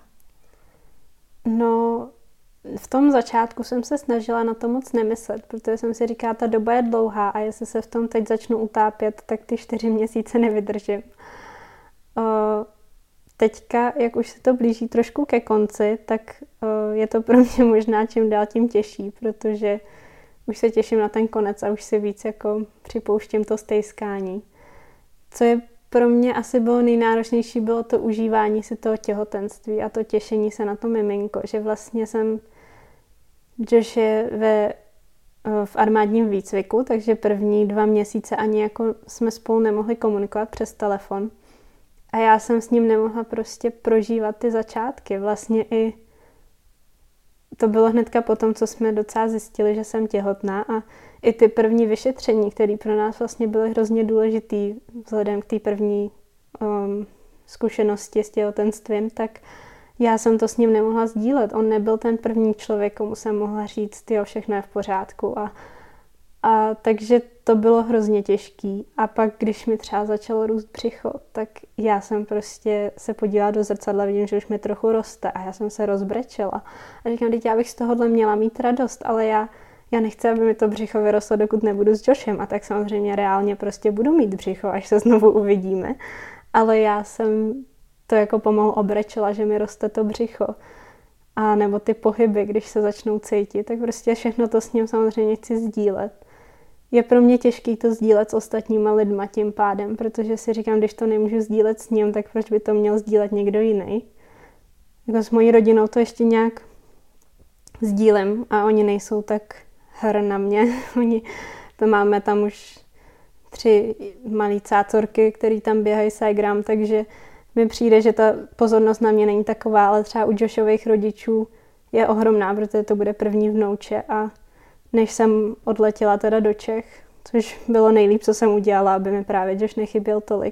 No, v tom začátku jsem se snažila na to moc nemyslet, protože jsem si říkala, ta doba je dlouhá a jestli se v tom teď začnu utápět, tak ty čtyři měsíce nevydržím. Uh, teďka, jak už se to blíží trošku ke konci, tak uh, je to pro mě možná čím dál tím těžší, protože už se těším na ten konec a už si víc jako připouštím to stejskání. Co je pro mě asi bylo nejnáročnější, bylo to užívání si toho těhotenství a to těšení se na to miminko, že vlastně jsem, Josh je ve, v armádním výcviku, takže první dva měsíce ani jako jsme spolu nemohli komunikovat přes telefon a já jsem s ním nemohla prostě prožívat ty začátky. Vlastně i to bylo hnedka po tom, co jsme docela zjistili, že jsem těhotná a i ty první vyšetření, které pro nás vlastně byly hrozně důležitý vzhledem k té první um, zkušenosti s těhotenstvím, tak já jsem to s ním nemohla sdílet. On nebyl ten první člověk, komu jsem mohla říct, jo, všechno je v pořádku. A, a takže to bylo hrozně těžký. A pak, když mi třeba začalo růst břicho, tak já jsem prostě se podívala do zrcadla, vidím, že už mi trochu roste a já jsem se rozbrečela. A říkám, teď já bych z tohohle měla mít radost, ale já, já nechci, aby mi to břicho vyrostlo, dokud nebudu s Joshem. A tak samozřejmě reálně prostě budu mít břicho, až se znovu uvidíme. Ale já jsem to jako pomalu obrečela, že mi roste to břicho. A nebo ty pohyby, když se začnou cítit, tak prostě všechno to s ním samozřejmě chci sdílet. Je pro mě těžký to sdílet s ostatníma lidma tím pádem, protože si říkám, když to nemůžu sdílet s ním, tak proč by to měl sdílet někdo jiný? Jako s mojí rodinou to ještě nějak sdílím a oni nejsou tak hr na mě. Oni, to máme tam už tři malý cácorky, který tam běhají sajgram, takže mi přijde, že ta pozornost na mě není taková, ale třeba u Joshových rodičů je ohromná, protože to bude první vnouče a než jsem odletěla teda do Čech, což bylo nejlíp, co jsem udělala, aby mi právě Josh nechyběl tolik,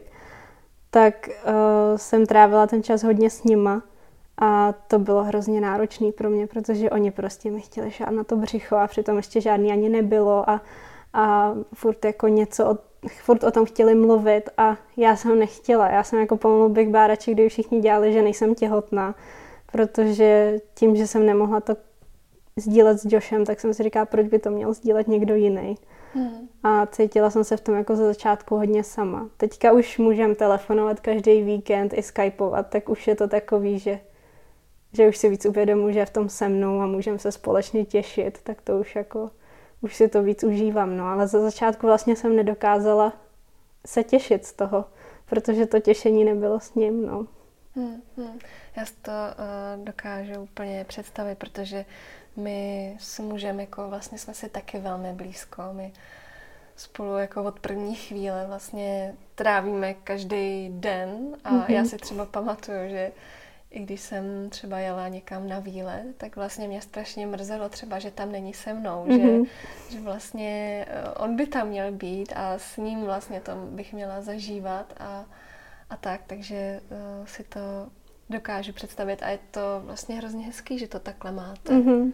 tak uh, jsem trávila ten čas hodně s nima a to bylo hrozně náročný pro mě, protože oni prostě mi chtěli šát na to břicho a přitom ještě žádný ani nebylo a, a furt jako něco od furt o tom chtěli mluvit a já jsem nechtěla. Já jsem jako pomalu Big Bárači, kdy všichni dělali, že nejsem těhotná, protože tím, že jsem nemohla to sdílet s Joshem, tak jsem si říkala, proč by to měl sdílet někdo jiný. Hmm. A cítila jsem se v tom jako ze začátku hodně sama. Teďka už můžem telefonovat každý víkend i skypovat, tak už je to takový, že, že už si víc uvědomuji, že je v tom se mnou a můžeme se společně těšit, tak to už jako už si to víc užívám, no, ale za začátku vlastně jsem nedokázala se těšit z toho, protože to těšení nebylo s ním, no. Hmm, hmm. Já si to uh, dokážu úplně představit, protože my s mužem jako vlastně jsme si taky velmi blízko, my spolu jako od první chvíle vlastně trávíme každý den a mm-hmm. já si třeba pamatuju, že i když jsem třeba jela někam na výlet, tak vlastně mě strašně mrzelo třeba, že tam není se mnou, mm-hmm. že, že vlastně on by tam měl být a s ním vlastně to bych měla zažívat a, a tak, takže uh, si to dokážu představit a je to vlastně hrozně hezký, že to takhle máte. Mm-hmm.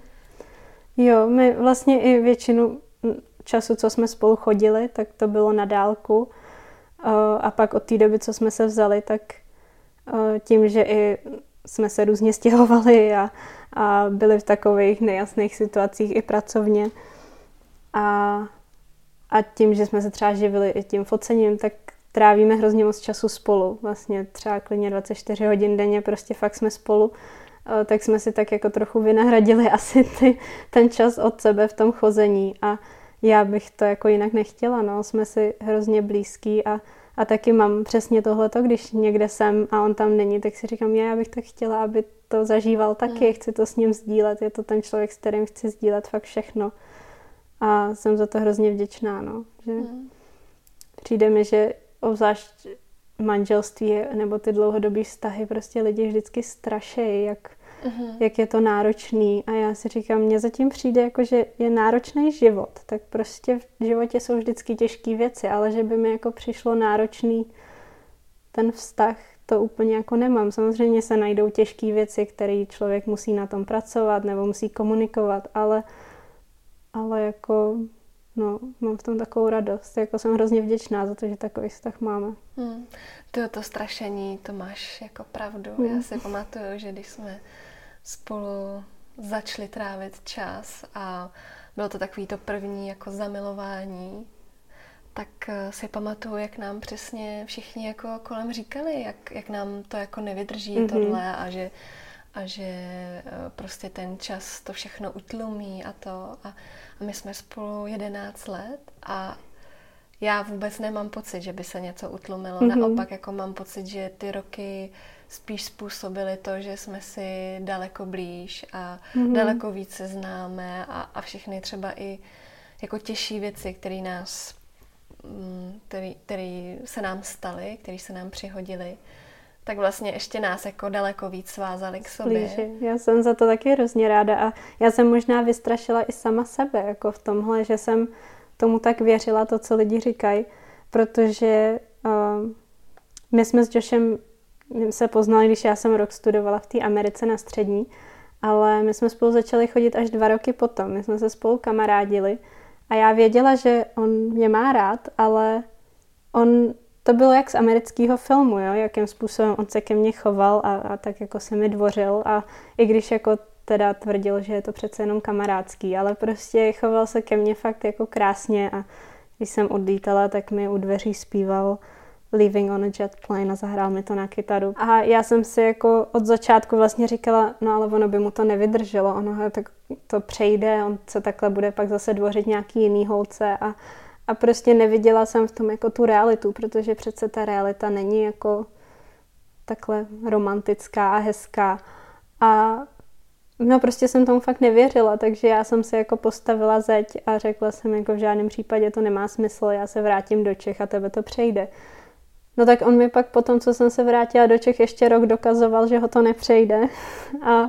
Jo, my vlastně i většinu času, co jsme spolu chodili, tak to bylo na dálku uh, a pak od té doby, co jsme se vzali, tak uh, tím, že i jsme se různě stěhovali a, a byli v takových nejasných situacích i pracovně. A, a tím, že jsme se třeba živili i tím focením, tak trávíme hrozně moc času spolu. Vlastně třeba klidně dvacet čtyři hodin denně, prostě fakt jsme spolu. Tak jsme si tak jako trochu vynahradili asi ty, ten čas od sebe v tom chození. A já bych to jako jinak nechtěla, no. Jsme si hrozně blízký a A taky mám přesně tohleto, když někde jsem a on tam není, tak si říkám, já bych tak chtěla, aby to zažíval taky, mm. chci to s ním sdílet, je to ten člověk, s kterým chci sdílet fakt všechno. A jsem za to hrozně vděčná, no. Že mm. přijde mi, že obzvlášť manželství nebo ty dlouhodobý vztahy prostě lidi vždycky strašejí, jak, mm. jak je to náročný. A já si říkám, mně zatím přijde, jako, že je náročný život, tak prostě v životě jsou vždycky těžké věci, ale že by mi jako přišlo náročný ten vztah, to úplně jako nemám. Samozřejmě se najdou těžké věci, které člověk musí na tom pracovat nebo musí komunikovat, ale, ale jako no, mám v tom takovou radost. Jako jsem hrozně vděčná za to, že takový vztah máme. Hmm. To, to strašení, to máš jako pravdu. Hmm. Já si pamatuju, že když jsme spolu začali trávit čas a bylo to takový to první jako zamilování, tak si pamatuju, jak nám přesně všichni jako kolem říkali, jak, jak nám to jako nevydrží mm-hmm. tohle a že, a že prostě ten čas to všechno utlumí a to. A, a my jsme spolu jedenáct let a já vůbec nemám pocit, že by se něco utlumilo. Mm-hmm. Naopak jako mám pocit, že ty roky spíš způsobily to, že jsme si daleko blíž a mm-hmm. daleko více známe a, a všechny třeba i jako těžší věci, které nás, který, který se nám staly, které se nám přihodily, tak vlastně ještě nás jako daleko víc svázali k sobě. Blíži. Já jsem za to taky hrozně ráda a já jsem možná vystrašila i sama sebe jako v tomhle, že jsem tomu tak věřila, to, co lidi říkají, protože uh, my jsme s Joshem se poznali, když já jsem rok studovala v té Americe na střední, ale my jsme spolu začali chodit až dva roky potom. My jsme se spolu kamarádili a já věděla, že on mě má rád, ale on, to bylo jak z amerického filmu, jo? Jakým způsobem on se ke mně choval a, a tak jako se mi dvořil a i když jako teda tvrdil, že je to přece jenom kamarádský, ale prostě choval se ke mně fakt jako krásně a když jsem odlítala, tak mi u dveří zpíval Leaving on a Jet Plane a zahrál mi to na kytaru. A já jsem si jako od začátku vlastně říkala, no ale ono by mu to nevydrželo, ono tak to přejde, on se takhle bude pak zase dvořit nějaký jiný holce a, a prostě neviděla jsem v tom jako tu realitu, protože přece ta realita není jako takhle romantická a hezká. A no prostě jsem tomu fakt nevěřila, takže já jsem si jako postavila zeď a řekla jsem jako v žádném případě to nemá smysl, já se vrátím do Čech a tebe to přejde. No tak on mi pak po tom, co jsem se vrátila do Čech, ještě rok dokazoval, že ho to nepřejde. A,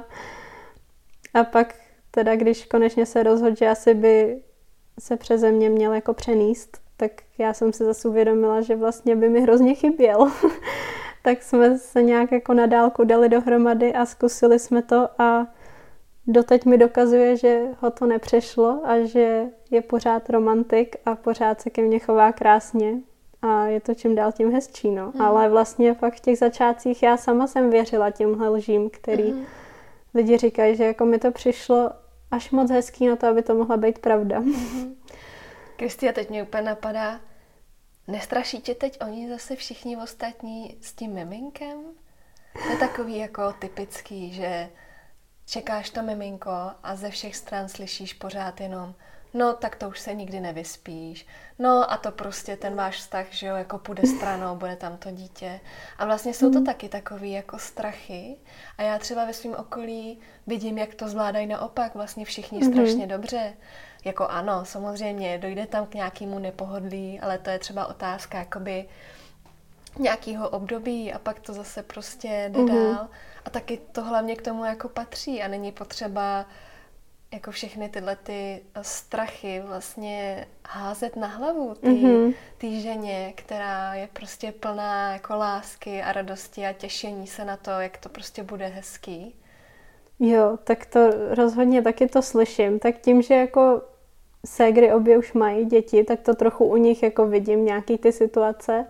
a pak teda, když konečně se rozhodl, že asi by se přeze mě měl jako přenést, tak já jsem si zase uvědomila, že vlastně by mi hrozně chyběl. Tak jsme se nějak jako na dálku dali dohromady a zkusili jsme to a doteď mi dokazuje, že ho to nepřešlo a že je pořád romantik a pořád se ke mně chová krásně. A je to čím dál tím hezčí, no. Mm. Ale vlastně fakt v těch začátcích já sama jsem věřila těmhle lžím, který mm. lidi říkají, že jako mi to přišlo až moc hezký na to, aby to mohla být pravda. Mm. Kristia, teď mě úplně napadá, nestraší tě teď oni zase všichni ostatní s tím miminkem? To je takový jako typický, že čekáš to miminko a ze všech stran slyšíš pořád jenom no, tak to už se nikdy nevyspíš. No a to prostě ten váš vztah, že jo, jako půjde stranou, bude tam to dítě. A vlastně jsou to taky takový jako strachy. A já třeba ve svém okolí vidím, jak to zvládají naopak vlastně všichni mm-hmm. strašně dobře. Jako ano, samozřejmě, dojde tam k nějakému nepohodlí, ale to je třeba otázka jakoby nějakého období a pak to zase prostě jde mm-hmm. dál. A taky to hlavně k tomu jako patří a není potřeba jako všechny tyhle ty strachy vlastně házet na hlavu té mm-hmm. ženě, která je prostě plná jako lásky a radosti a těšení se na to, jak to prostě bude hezký. Jo, tak to rozhodně taky to slyším. Tak tím, že jako ségry obě už mají děti, tak to trochu u nich jako vidím nějaký ty situace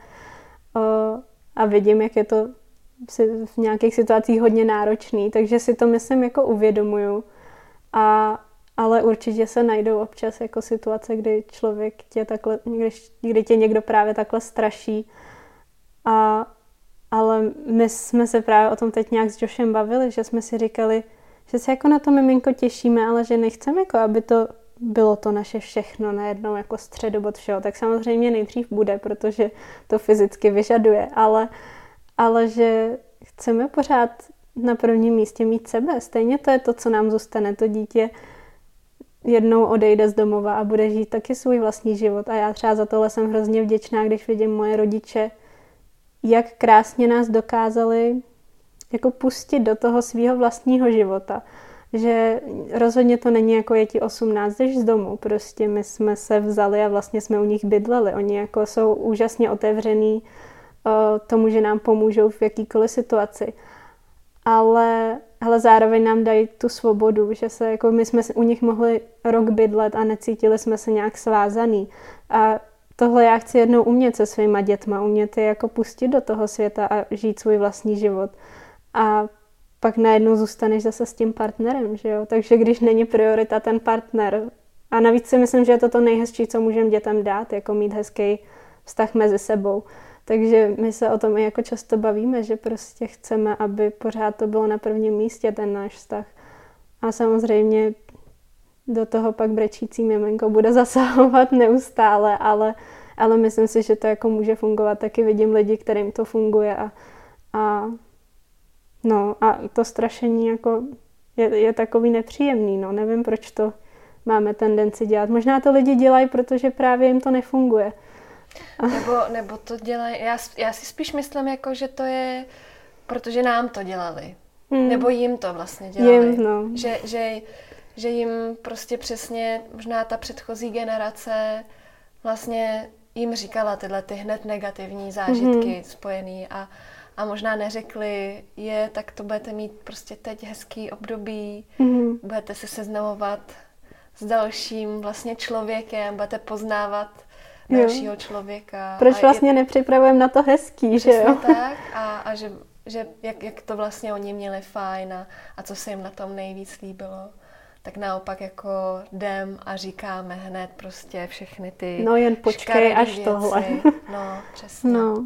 a vidím, jak je to v nějakých situacích hodně náročný, takže si to myslím jako uvědomuju. A, ale určitě se najdou občas jako situace, kdy člověk tě takhle, když, kdy tě někdo právě takhle straší. A, ale my jsme se právě o tom teď nějak s Joshem bavili, že jsme si říkali, že se jako na to miminko těšíme, ale že nechceme, jako aby to bylo to naše všechno najednou jako středobod všeho. Tak samozřejmě nejdřív bude, protože to fyzicky vyžaduje, ale, ale že chceme pořád na prvním místě mít sebe. Stejně to je to, co nám zůstane. To dítě jednou odejde z domova a bude žít taky svůj vlastní život. A já třeba za tohle jsem hrozně vděčná, když vidím moje rodiče, jak krásně nás dokázali jako pustit do toho svého vlastního života. Že rozhodně to není jako je ti osmnáct, jdeš z domu. Prostě my jsme se vzali a vlastně jsme u nich bydleli. Oni jako jsou úžasně otevřený uh, tomu, že nám pomůžou v jakýkoliv situaci. Ale, ale zároveň nám dají tu svobodu, že se jako my jsme u nich mohli rok bydlet a necítili jsme se nějak svázaný. A tohle já chci jednou umět se svýma dětma, umět je jako pustit do toho světa a žít svůj vlastní život. A pak najednou zůstaneš zase s tím partnerem, že jo? Takže když není priorita ten partner, a navíc si myslím, že je to to nejhezčí, co můžeme dětem dát, jako mít hezký vztah mezi sebou. Takže my se o tom i jako často bavíme, že prostě chceme, aby pořád to bylo na prvním místě, ten náš vztah. A samozřejmě do toho pak brečící miminko bude zasahovat neustále, ale, ale myslím si, že to jako může fungovat. Taky vidím lidi, kterým to funguje a, a no a to strašení jako je, je takový nepříjemný, no. Nevím, proč to máme tendenci dělat. Možná to lidi dělají, protože právě jim to nefunguje. Nebo, nebo to dělají, já, já si spíš myslím, jako, že to je, protože nám to dělali. Hmm. Nebo jim to vlastně dělali. Jim, no. že, že, že jim prostě přesně, možná ta předchozí generace vlastně jim říkala tyhle ty hned negativní zážitky hmm. spojený a, a možná neřekli, je, tak to budete mít prostě teď hezký období, mm. budete se seznamovat s dalším vlastně člověkem, budete poznávat dalšího jo. člověka. Proč vlastně je... nepřipravujeme na to hezký, že jo? tak a, a že, že jak, jak to vlastně oni měli fajn a, a co se jim na tom nejvíc líbilo. Tak naopak jako jdem a říkáme hned prostě všechny ty no jen počkej až věci. Tohle. No, přesně. No.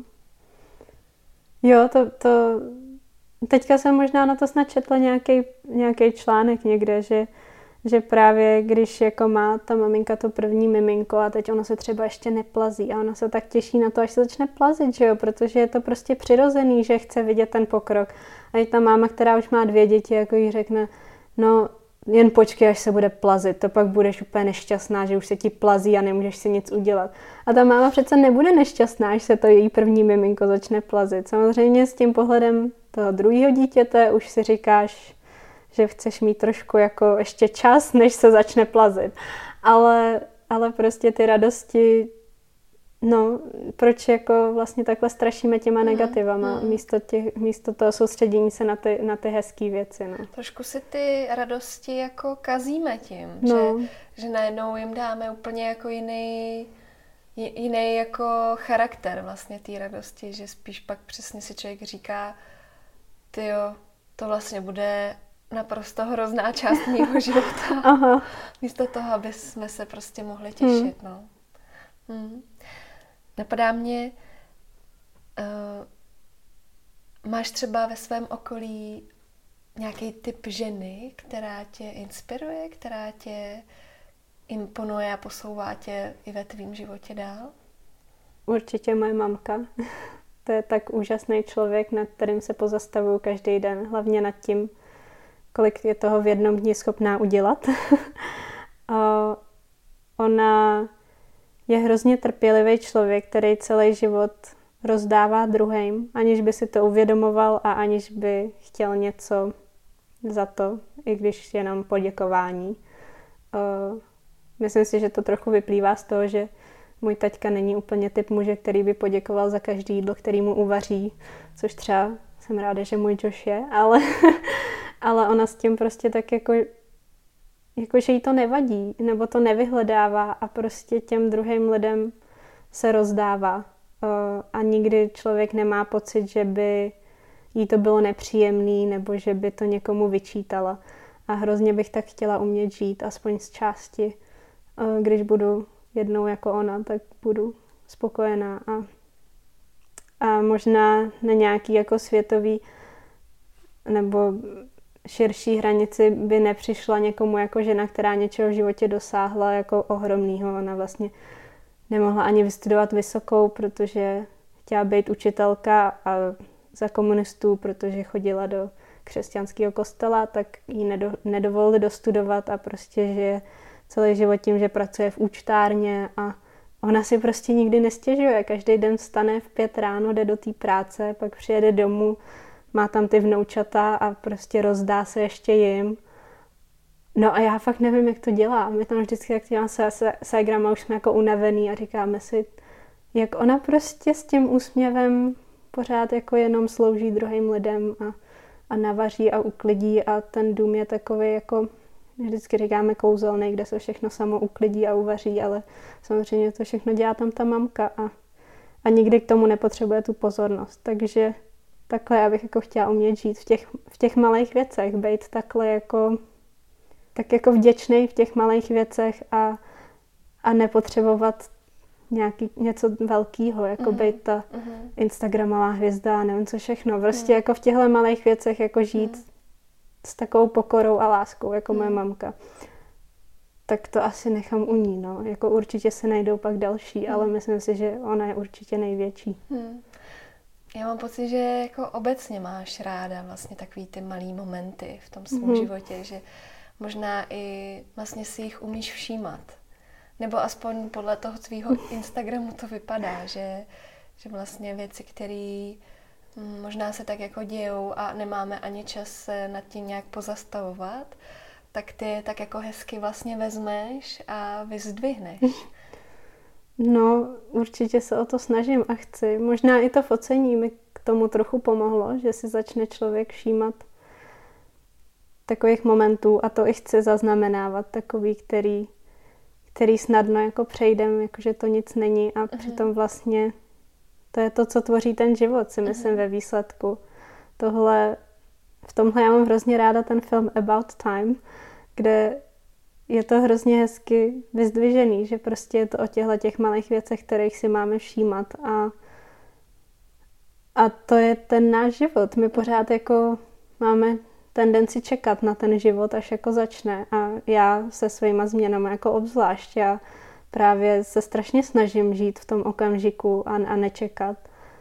Jo, to, to... Teďka jsem možná na to snad četla nějaký, nějaký článek někde, že, že právě když jako má ta maminka to první miminko a teď ono se třeba ještě neplazí a ona se tak těší na to, až se začne plazit, že jo, protože je to prostě přirozený, že chce vidět ten pokrok. A je ta máma, která už má dvě děti, jako jí řekne, no jen počkej, až se bude plazit, to pak budeš úplně nešťastná, že už se ti plazí a nemůžeš si nic udělat. A ta máma přece nebude nešťastná, až se to její první miminko začne plazit. Samozřejmě s tím pohledem toho druhého dítěte už si říkáš, že chceš mít trošku jako ještě čas, než se začne plazit. Ale, ale prostě ty radosti, no, proč jako vlastně takhle strašíme těma mm, negativama, mm. místo, těch, místo toho soustředění se na ty, na ty hezký věci, no. Trošku si ty radosti jako kazíme tím, no. že, že najednou jim dáme úplně jako jiný, jiný jako charakter vlastně té radosti, že spíš pak přesně si člověk říká, tyjo, to vlastně bude naprosto hrozná část mýho života. Aha. Místo toho, aby jsme se prostě mohli těšit, mm. no. Mm. Napadá mě, uh, máš třeba ve svém okolí nějaký typ ženy, která tě inspiruje, která tě imponuje a posouvá tě i ve tvým životě dál? Určitě moje mamka. To je tak úžasný člověk, nad kterým se pozastavuju každý den. Hlavně nad tím, kolik je toho v jednom dni schopná udělat. A ona je hrozně trpělivý člověk, který celý život rozdává druhým, aniž by si to uvědomoval a aniž by chtěl něco za to, i když jenom poděkování. Myslím si, že to trochu vyplývá z toho, že můj taťka není úplně typ muže, který by poděkoval za každý jídlo, který mu uvaří, což třeba jsem ráda, že můj Josh je, ale, ale ona s tím prostě tak jako jako, že jí to nevadí, nebo to nevyhledává a prostě těm druhým lidem se rozdává. A nikdy člověk nemá pocit, že by jí to bylo nepříjemný, nebo že by to někomu vyčítala. A hrozně bych tak chtěla umět žít, aspoň z části. Když budu jednou jako ona, tak budu spokojená. A, a možná na nějaký jako světový nebo širší hranici by nepřišla někomu jako žena, která něčeho v životě dosáhla jako ohromnýho. Ona vlastně nemohla ani vystudovat vysokou, protože chtěla být učitelka a za komunistů, protože chodila do křesťanského kostela, tak jí nedo, nedovolili dostudovat a prostě žije celý život tím, že pracuje v účtárně a ona si prostě nikdy nestěžuje. Každý den vstane v pět ráno, jde do té práce, pak přijede domů, má tam ty vnoučata a prostě rozdá se ještě jim. No a já fakt nevím, jak to dělá. My tam vždycky tak dělám se, se ségrama, už jsme jako unavený a říkáme si, jak ona prostě s tím úsměvem pořád jako jenom slouží druhým lidem a, a navaří a uklidí a ten dům je takový jako, vždycky říkáme kouzelný, kde se všechno samo uklidí a uvaří, ale samozřejmě to všechno dělá tam ta mamka a, a nikdy k tomu nepotřebuje tu pozornost. Takže takhle já bych jako chtěla umět žít v těch, v těch malých věcech, být takhle jako, tak jako vděčnej v těch malých věcech a, a nepotřebovat nějaký, něco velkého, jako mm. být ta mm. instagramová hvězda a nevím co všechno. Prostě mm. jako v těchto malých věcech jako žít mm. s takovou pokorou a láskou, jako mm. moje mamka. Tak to asi nechám u ní, no. Jako určitě se najdou pak další, mm. ale myslím si, že ona je určitě největší. Mm. Já mám pocit, že jako obecně máš ráda vlastně takový ty malý momenty v tom svém mm. životě, že možná i vlastně si jich umíš všímat. Nebo aspoň podle toho tvýho Instagramu to vypadá, že, že vlastně věci, které možná se tak jako dějou a nemáme ani čas se nad tím nějak pozastavovat, tak ty tak jako hezky vlastně vezmeš a vyzdvihneš. No, určitě se o to snažím a chci. Možná i to focení mi k tomu trochu pomohlo, že si začne člověk všímat takových momentů a to i chci zaznamenávat, takový, který, který snadno jako přejdem, jakože to nic není a uh-huh. přitom vlastně to je to, co tvoří ten život, si myslím uh-huh. ve výsledku. Tohle, v tomhle já mám hrozně ráda ten film About Time, kde je to hrozně hezky vyzdvižený, že prostě je to o těchto těch malých věcech, kterých si máme všímat a a to je ten náš život. My pořád jako máme tendenci čekat na ten život, až jako začne. A já se svýma změnami jako obzvlášť. Já právě se strašně snažím žít v tom okamžiku a, a nečekat.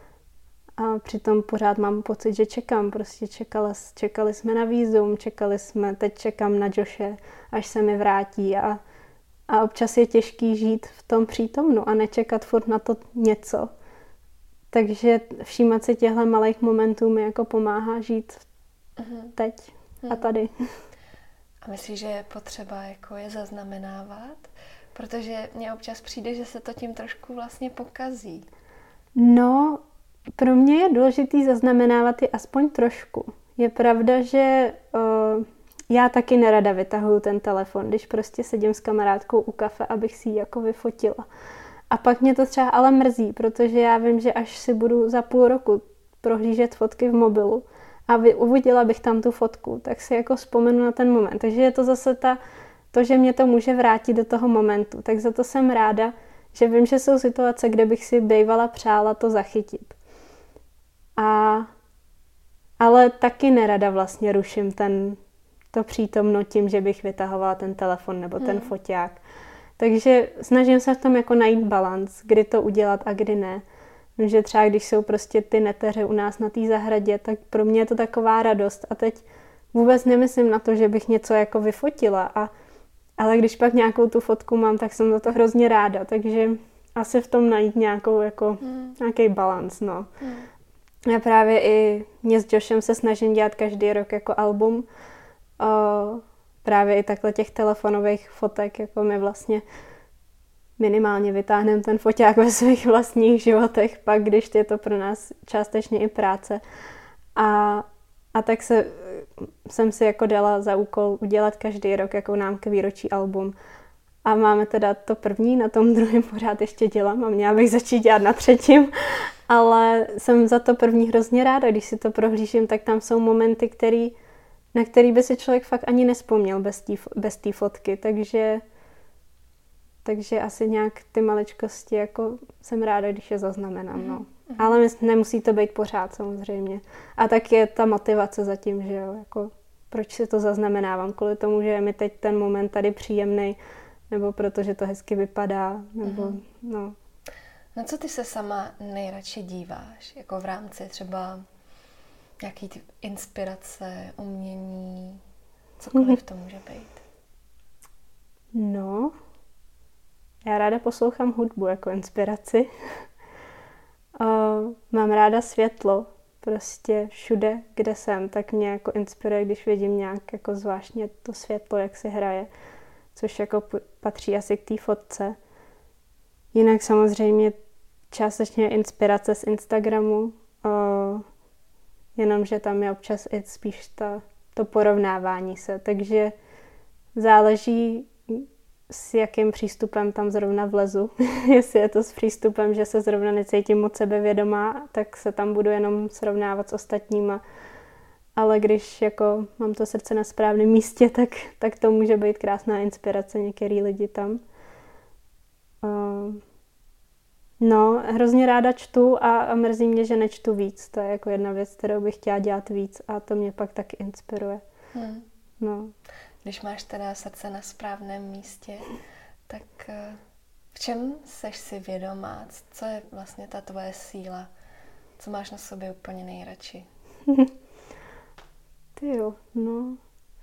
A přitom pořád mám pocit, že čekám. Prostě čekala, čekali jsme na vízum, čekali jsme, teď čekám na Joshe, až se mi vrátí. A, a občas je těžký žít v tom přítomnu a nečekat furt na to něco. Takže všímat si těchto malých momentů mi jako pomáhá žít uh-huh. teď uh-huh. a tady. A myslíš, že je potřeba jako je zaznamenávat? Protože mně občas přijde, že se to tím trošku vlastně pokazí. No, pro mě je důležitý zaznamenávat i aspoň trošku. Je pravda, že uh, já taky nerada vytahuju ten telefon, když prostě sedím s kamarádkou u kafe, abych si ji jako vyfotila. A pak mě to třeba ale mrzí, protože já vím, že až si budu za půl roku prohlížet fotky v mobilu a uviděla bych tam tu fotku, tak si jako vzpomenu na ten moment. Takže je to zase ta, to, že mě to může vrátit do toho momentu. Tak za to jsem ráda, že vím, že jsou situace, kde bych si bývala přála to zachytit. A, ale taky nerada vlastně ruším ten, to přítomno tím, že bych vytahovala ten telefon nebo ten hmm. foťák. Takže snažím se v tom jako najít balans, kdy to udělat a kdy ne. Že třeba když jsou prostě ty neteře u nás na té zahradě, tak pro mě je to taková radost. A teď vůbec nemyslím na to, že bych něco jako vyfotila. A, ale když pak nějakou tu fotku mám, tak jsem za to hrozně ráda. Takže asi v tom najít nějakou jako, hmm. nějaký balans. No. Hmm. Já právě i mě s Joshem se snažím dělat každý rok jako album. O, právě i takhle těch telefonových fotek, jako my vlastně minimálně vytáhneme ten foťák ve svých vlastních životech, pak když je to pro nás částečně i práce. A, a tak se, jsem si jako dala za úkol udělat každý rok jako nám k výročí album. A máme teda to první, na tom druhém pořád ještě dělám a měla bych začít dělat na třetím. Ale jsem za to první hrozně ráda, když si to prohlížím, tak tam jsou momenty, který na který by si člověk fakt ani nespomněl bez té bez té fotky, takže, takže asi nějak ty maličkosti jako jsem ráda, když je zaznamenám, no. Mm-hmm. Ale nemusí to být pořád samozřejmě. A tak je ta motivace zatím, že jo, jako proč si to zaznamenávám, kvůli tomu, že je mi teď ten moment tady příjemnej, nebo protože to hezky vypadá, nebo mm-hmm. no. Na co ty se sama nejradši díváš, jako v rámci třeba nějaký ty inspirace, umění, cokoliv to může být? No, já ráda poslouchám hudbu jako inspiraci. uh, mám ráda světlo, prostě všude, kde jsem, tak mě jako inspiruje, když vidím nějak jako zvláštně to světlo, jak si hraje, což jako patří asi k té fotce. Jinak samozřejmě částečně inspirace z Instagramu, uh, jenomže tam je občas i spíš ta, to porovnávání se. Takže záleží, s jakým přístupem tam zrovna vlezu. Jestli je to s přístupem, že se zrovna necítím moc sebevědomá, tak se tam budu jenom srovnávat s ostatníma. Ale když jako mám to srdce na správném místě, tak, tak to může být krásná inspirace některý lidi tam. Uh, No, hrozně ráda čtu a, a mrzí mě, že nečtu víc. To je jako jedna věc, kterou bych chtěla dělat víc a to mě pak taky inspiruje. Hmm. No. Když máš teda srdce na správném místě, tak v čem seš si vědomá? Co je vlastně ta tvoje síla? Co máš na sobě úplně nejradši? Ty jo, no.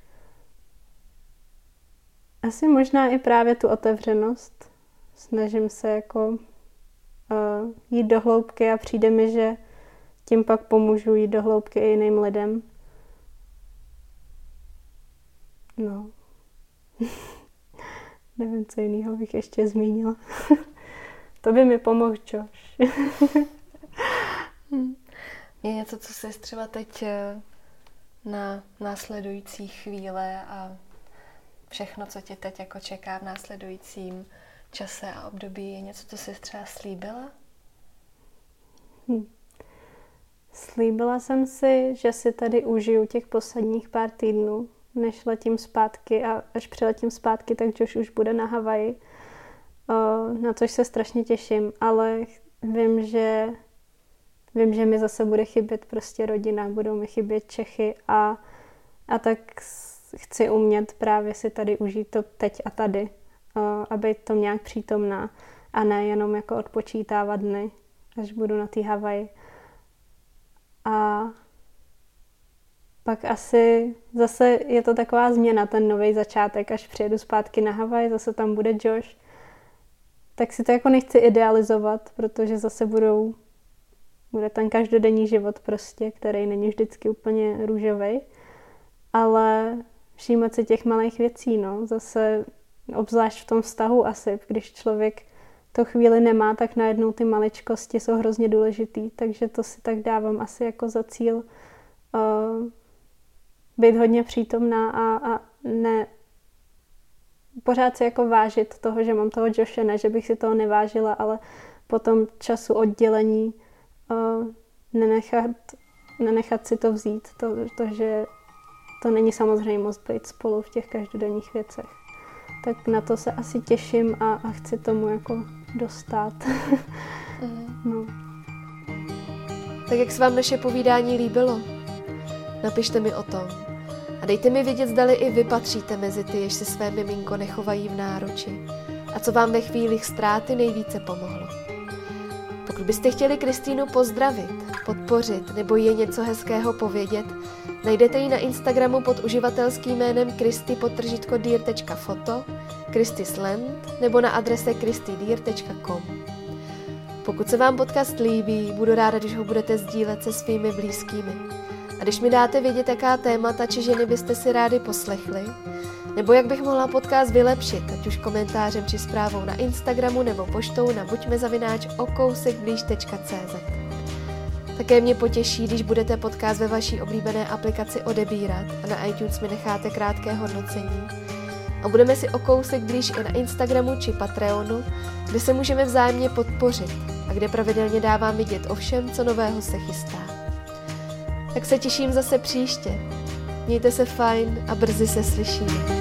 Asi možná i právě tu otevřenost. Snažím se jako Uh, jít do hloubky a přijde mi, že tím pak pomůžu jít do hloubky i jiným lidem. No. Nevím, co jiného bych ještě zmínila. To by mi pomohl Josh. Je něco, co jsi třeba teď na následující chvíle a všechno, co tě teď jako čeká v následujícím čase a období, je něco, co jsi třeba slíbila? Hm. Slíbila jsem si, že si tady užiju těch posledních pár týdnů, než letím zpátky a až přiletím zpátky, tak Josh už bude na Havaji, na což se strašně těším, ale vím, že vím, že mi zase bude chybět prostě rodina, budou mi chybět Čechy a, a tak chci umět právě si tady užít to teď a tady a být tom nějak přítomná a ne jenom jako odpočítávat dny, až budu na té Havaji. A pak asi zase je to taková změna, ten nový začátek, až přijedu zpátky na Havaj, zase tam bude Josh, tak si to jako nechci idealizovat, protože zase budou, bude ten každodenní život prostě, který není vždycky úplně růžovej, ale všímat si těch malých věcí, no, zase obzvlášť v tom vztahu asi, když člověk to chvíli nemá, tak najednou ty maličkosti jsou hrozně důležitý, takže to si tak dávám asi jako za cíl uh, být hodně přítomná a, a ne pořád si jako vážit toho, že mám toho Joshe, ne, že bych si toho nevážila, ale po tom času oddělení uh, nenechat, nenechat si to vzít, to, to, že to není samozřejmost být spolu v těch každodenních věcech. Tak na to se asi těším a, a chci tomu jako dostat. Mm. No. Tak jak se vám naše povídání líbilo? Napište mi o tom. A dejte mi vědět, zdali i vy patříte mezi ty, jež si své miminko nechovají v náruči. A co vám ve chvílích ztráty nejvíce pomohlo. Pokud byste chtěli Kristýnu pozdravit, podpořit nebo jí něco hezkého povědět, najdete ji na Instagramu pod uživatelským jménem kristy podtržítko dear tečka foto, kristisland nebo na adrese kristy dear tečka com. Pokud se vám podcast líbí, budu ráda, když ho budete sdílet se svými blízkými. A když mi dáte vědět, jaká témata či ženy byste si rádi poslechli, nebo jak bych mohla podcast vylepšit, ať už komentářem či zprávou na Instagramu nebo poštou na buďme zavináč o kousek blíž tečka cé zet. Také mě potěší, když budete podcast ve vaší oblíbené aplikaci odebírat a na iTunes mi necháte krátké hodnocení. A budeme si o kousek blíž i na Instagramu či Patreonu, kde se můžeme vzájemně podpořit a kde pravidelně dávám vidět o všem, co nového se chystá. Tak se těším zase příště. Mějte se fajn a brzy se slyšíme.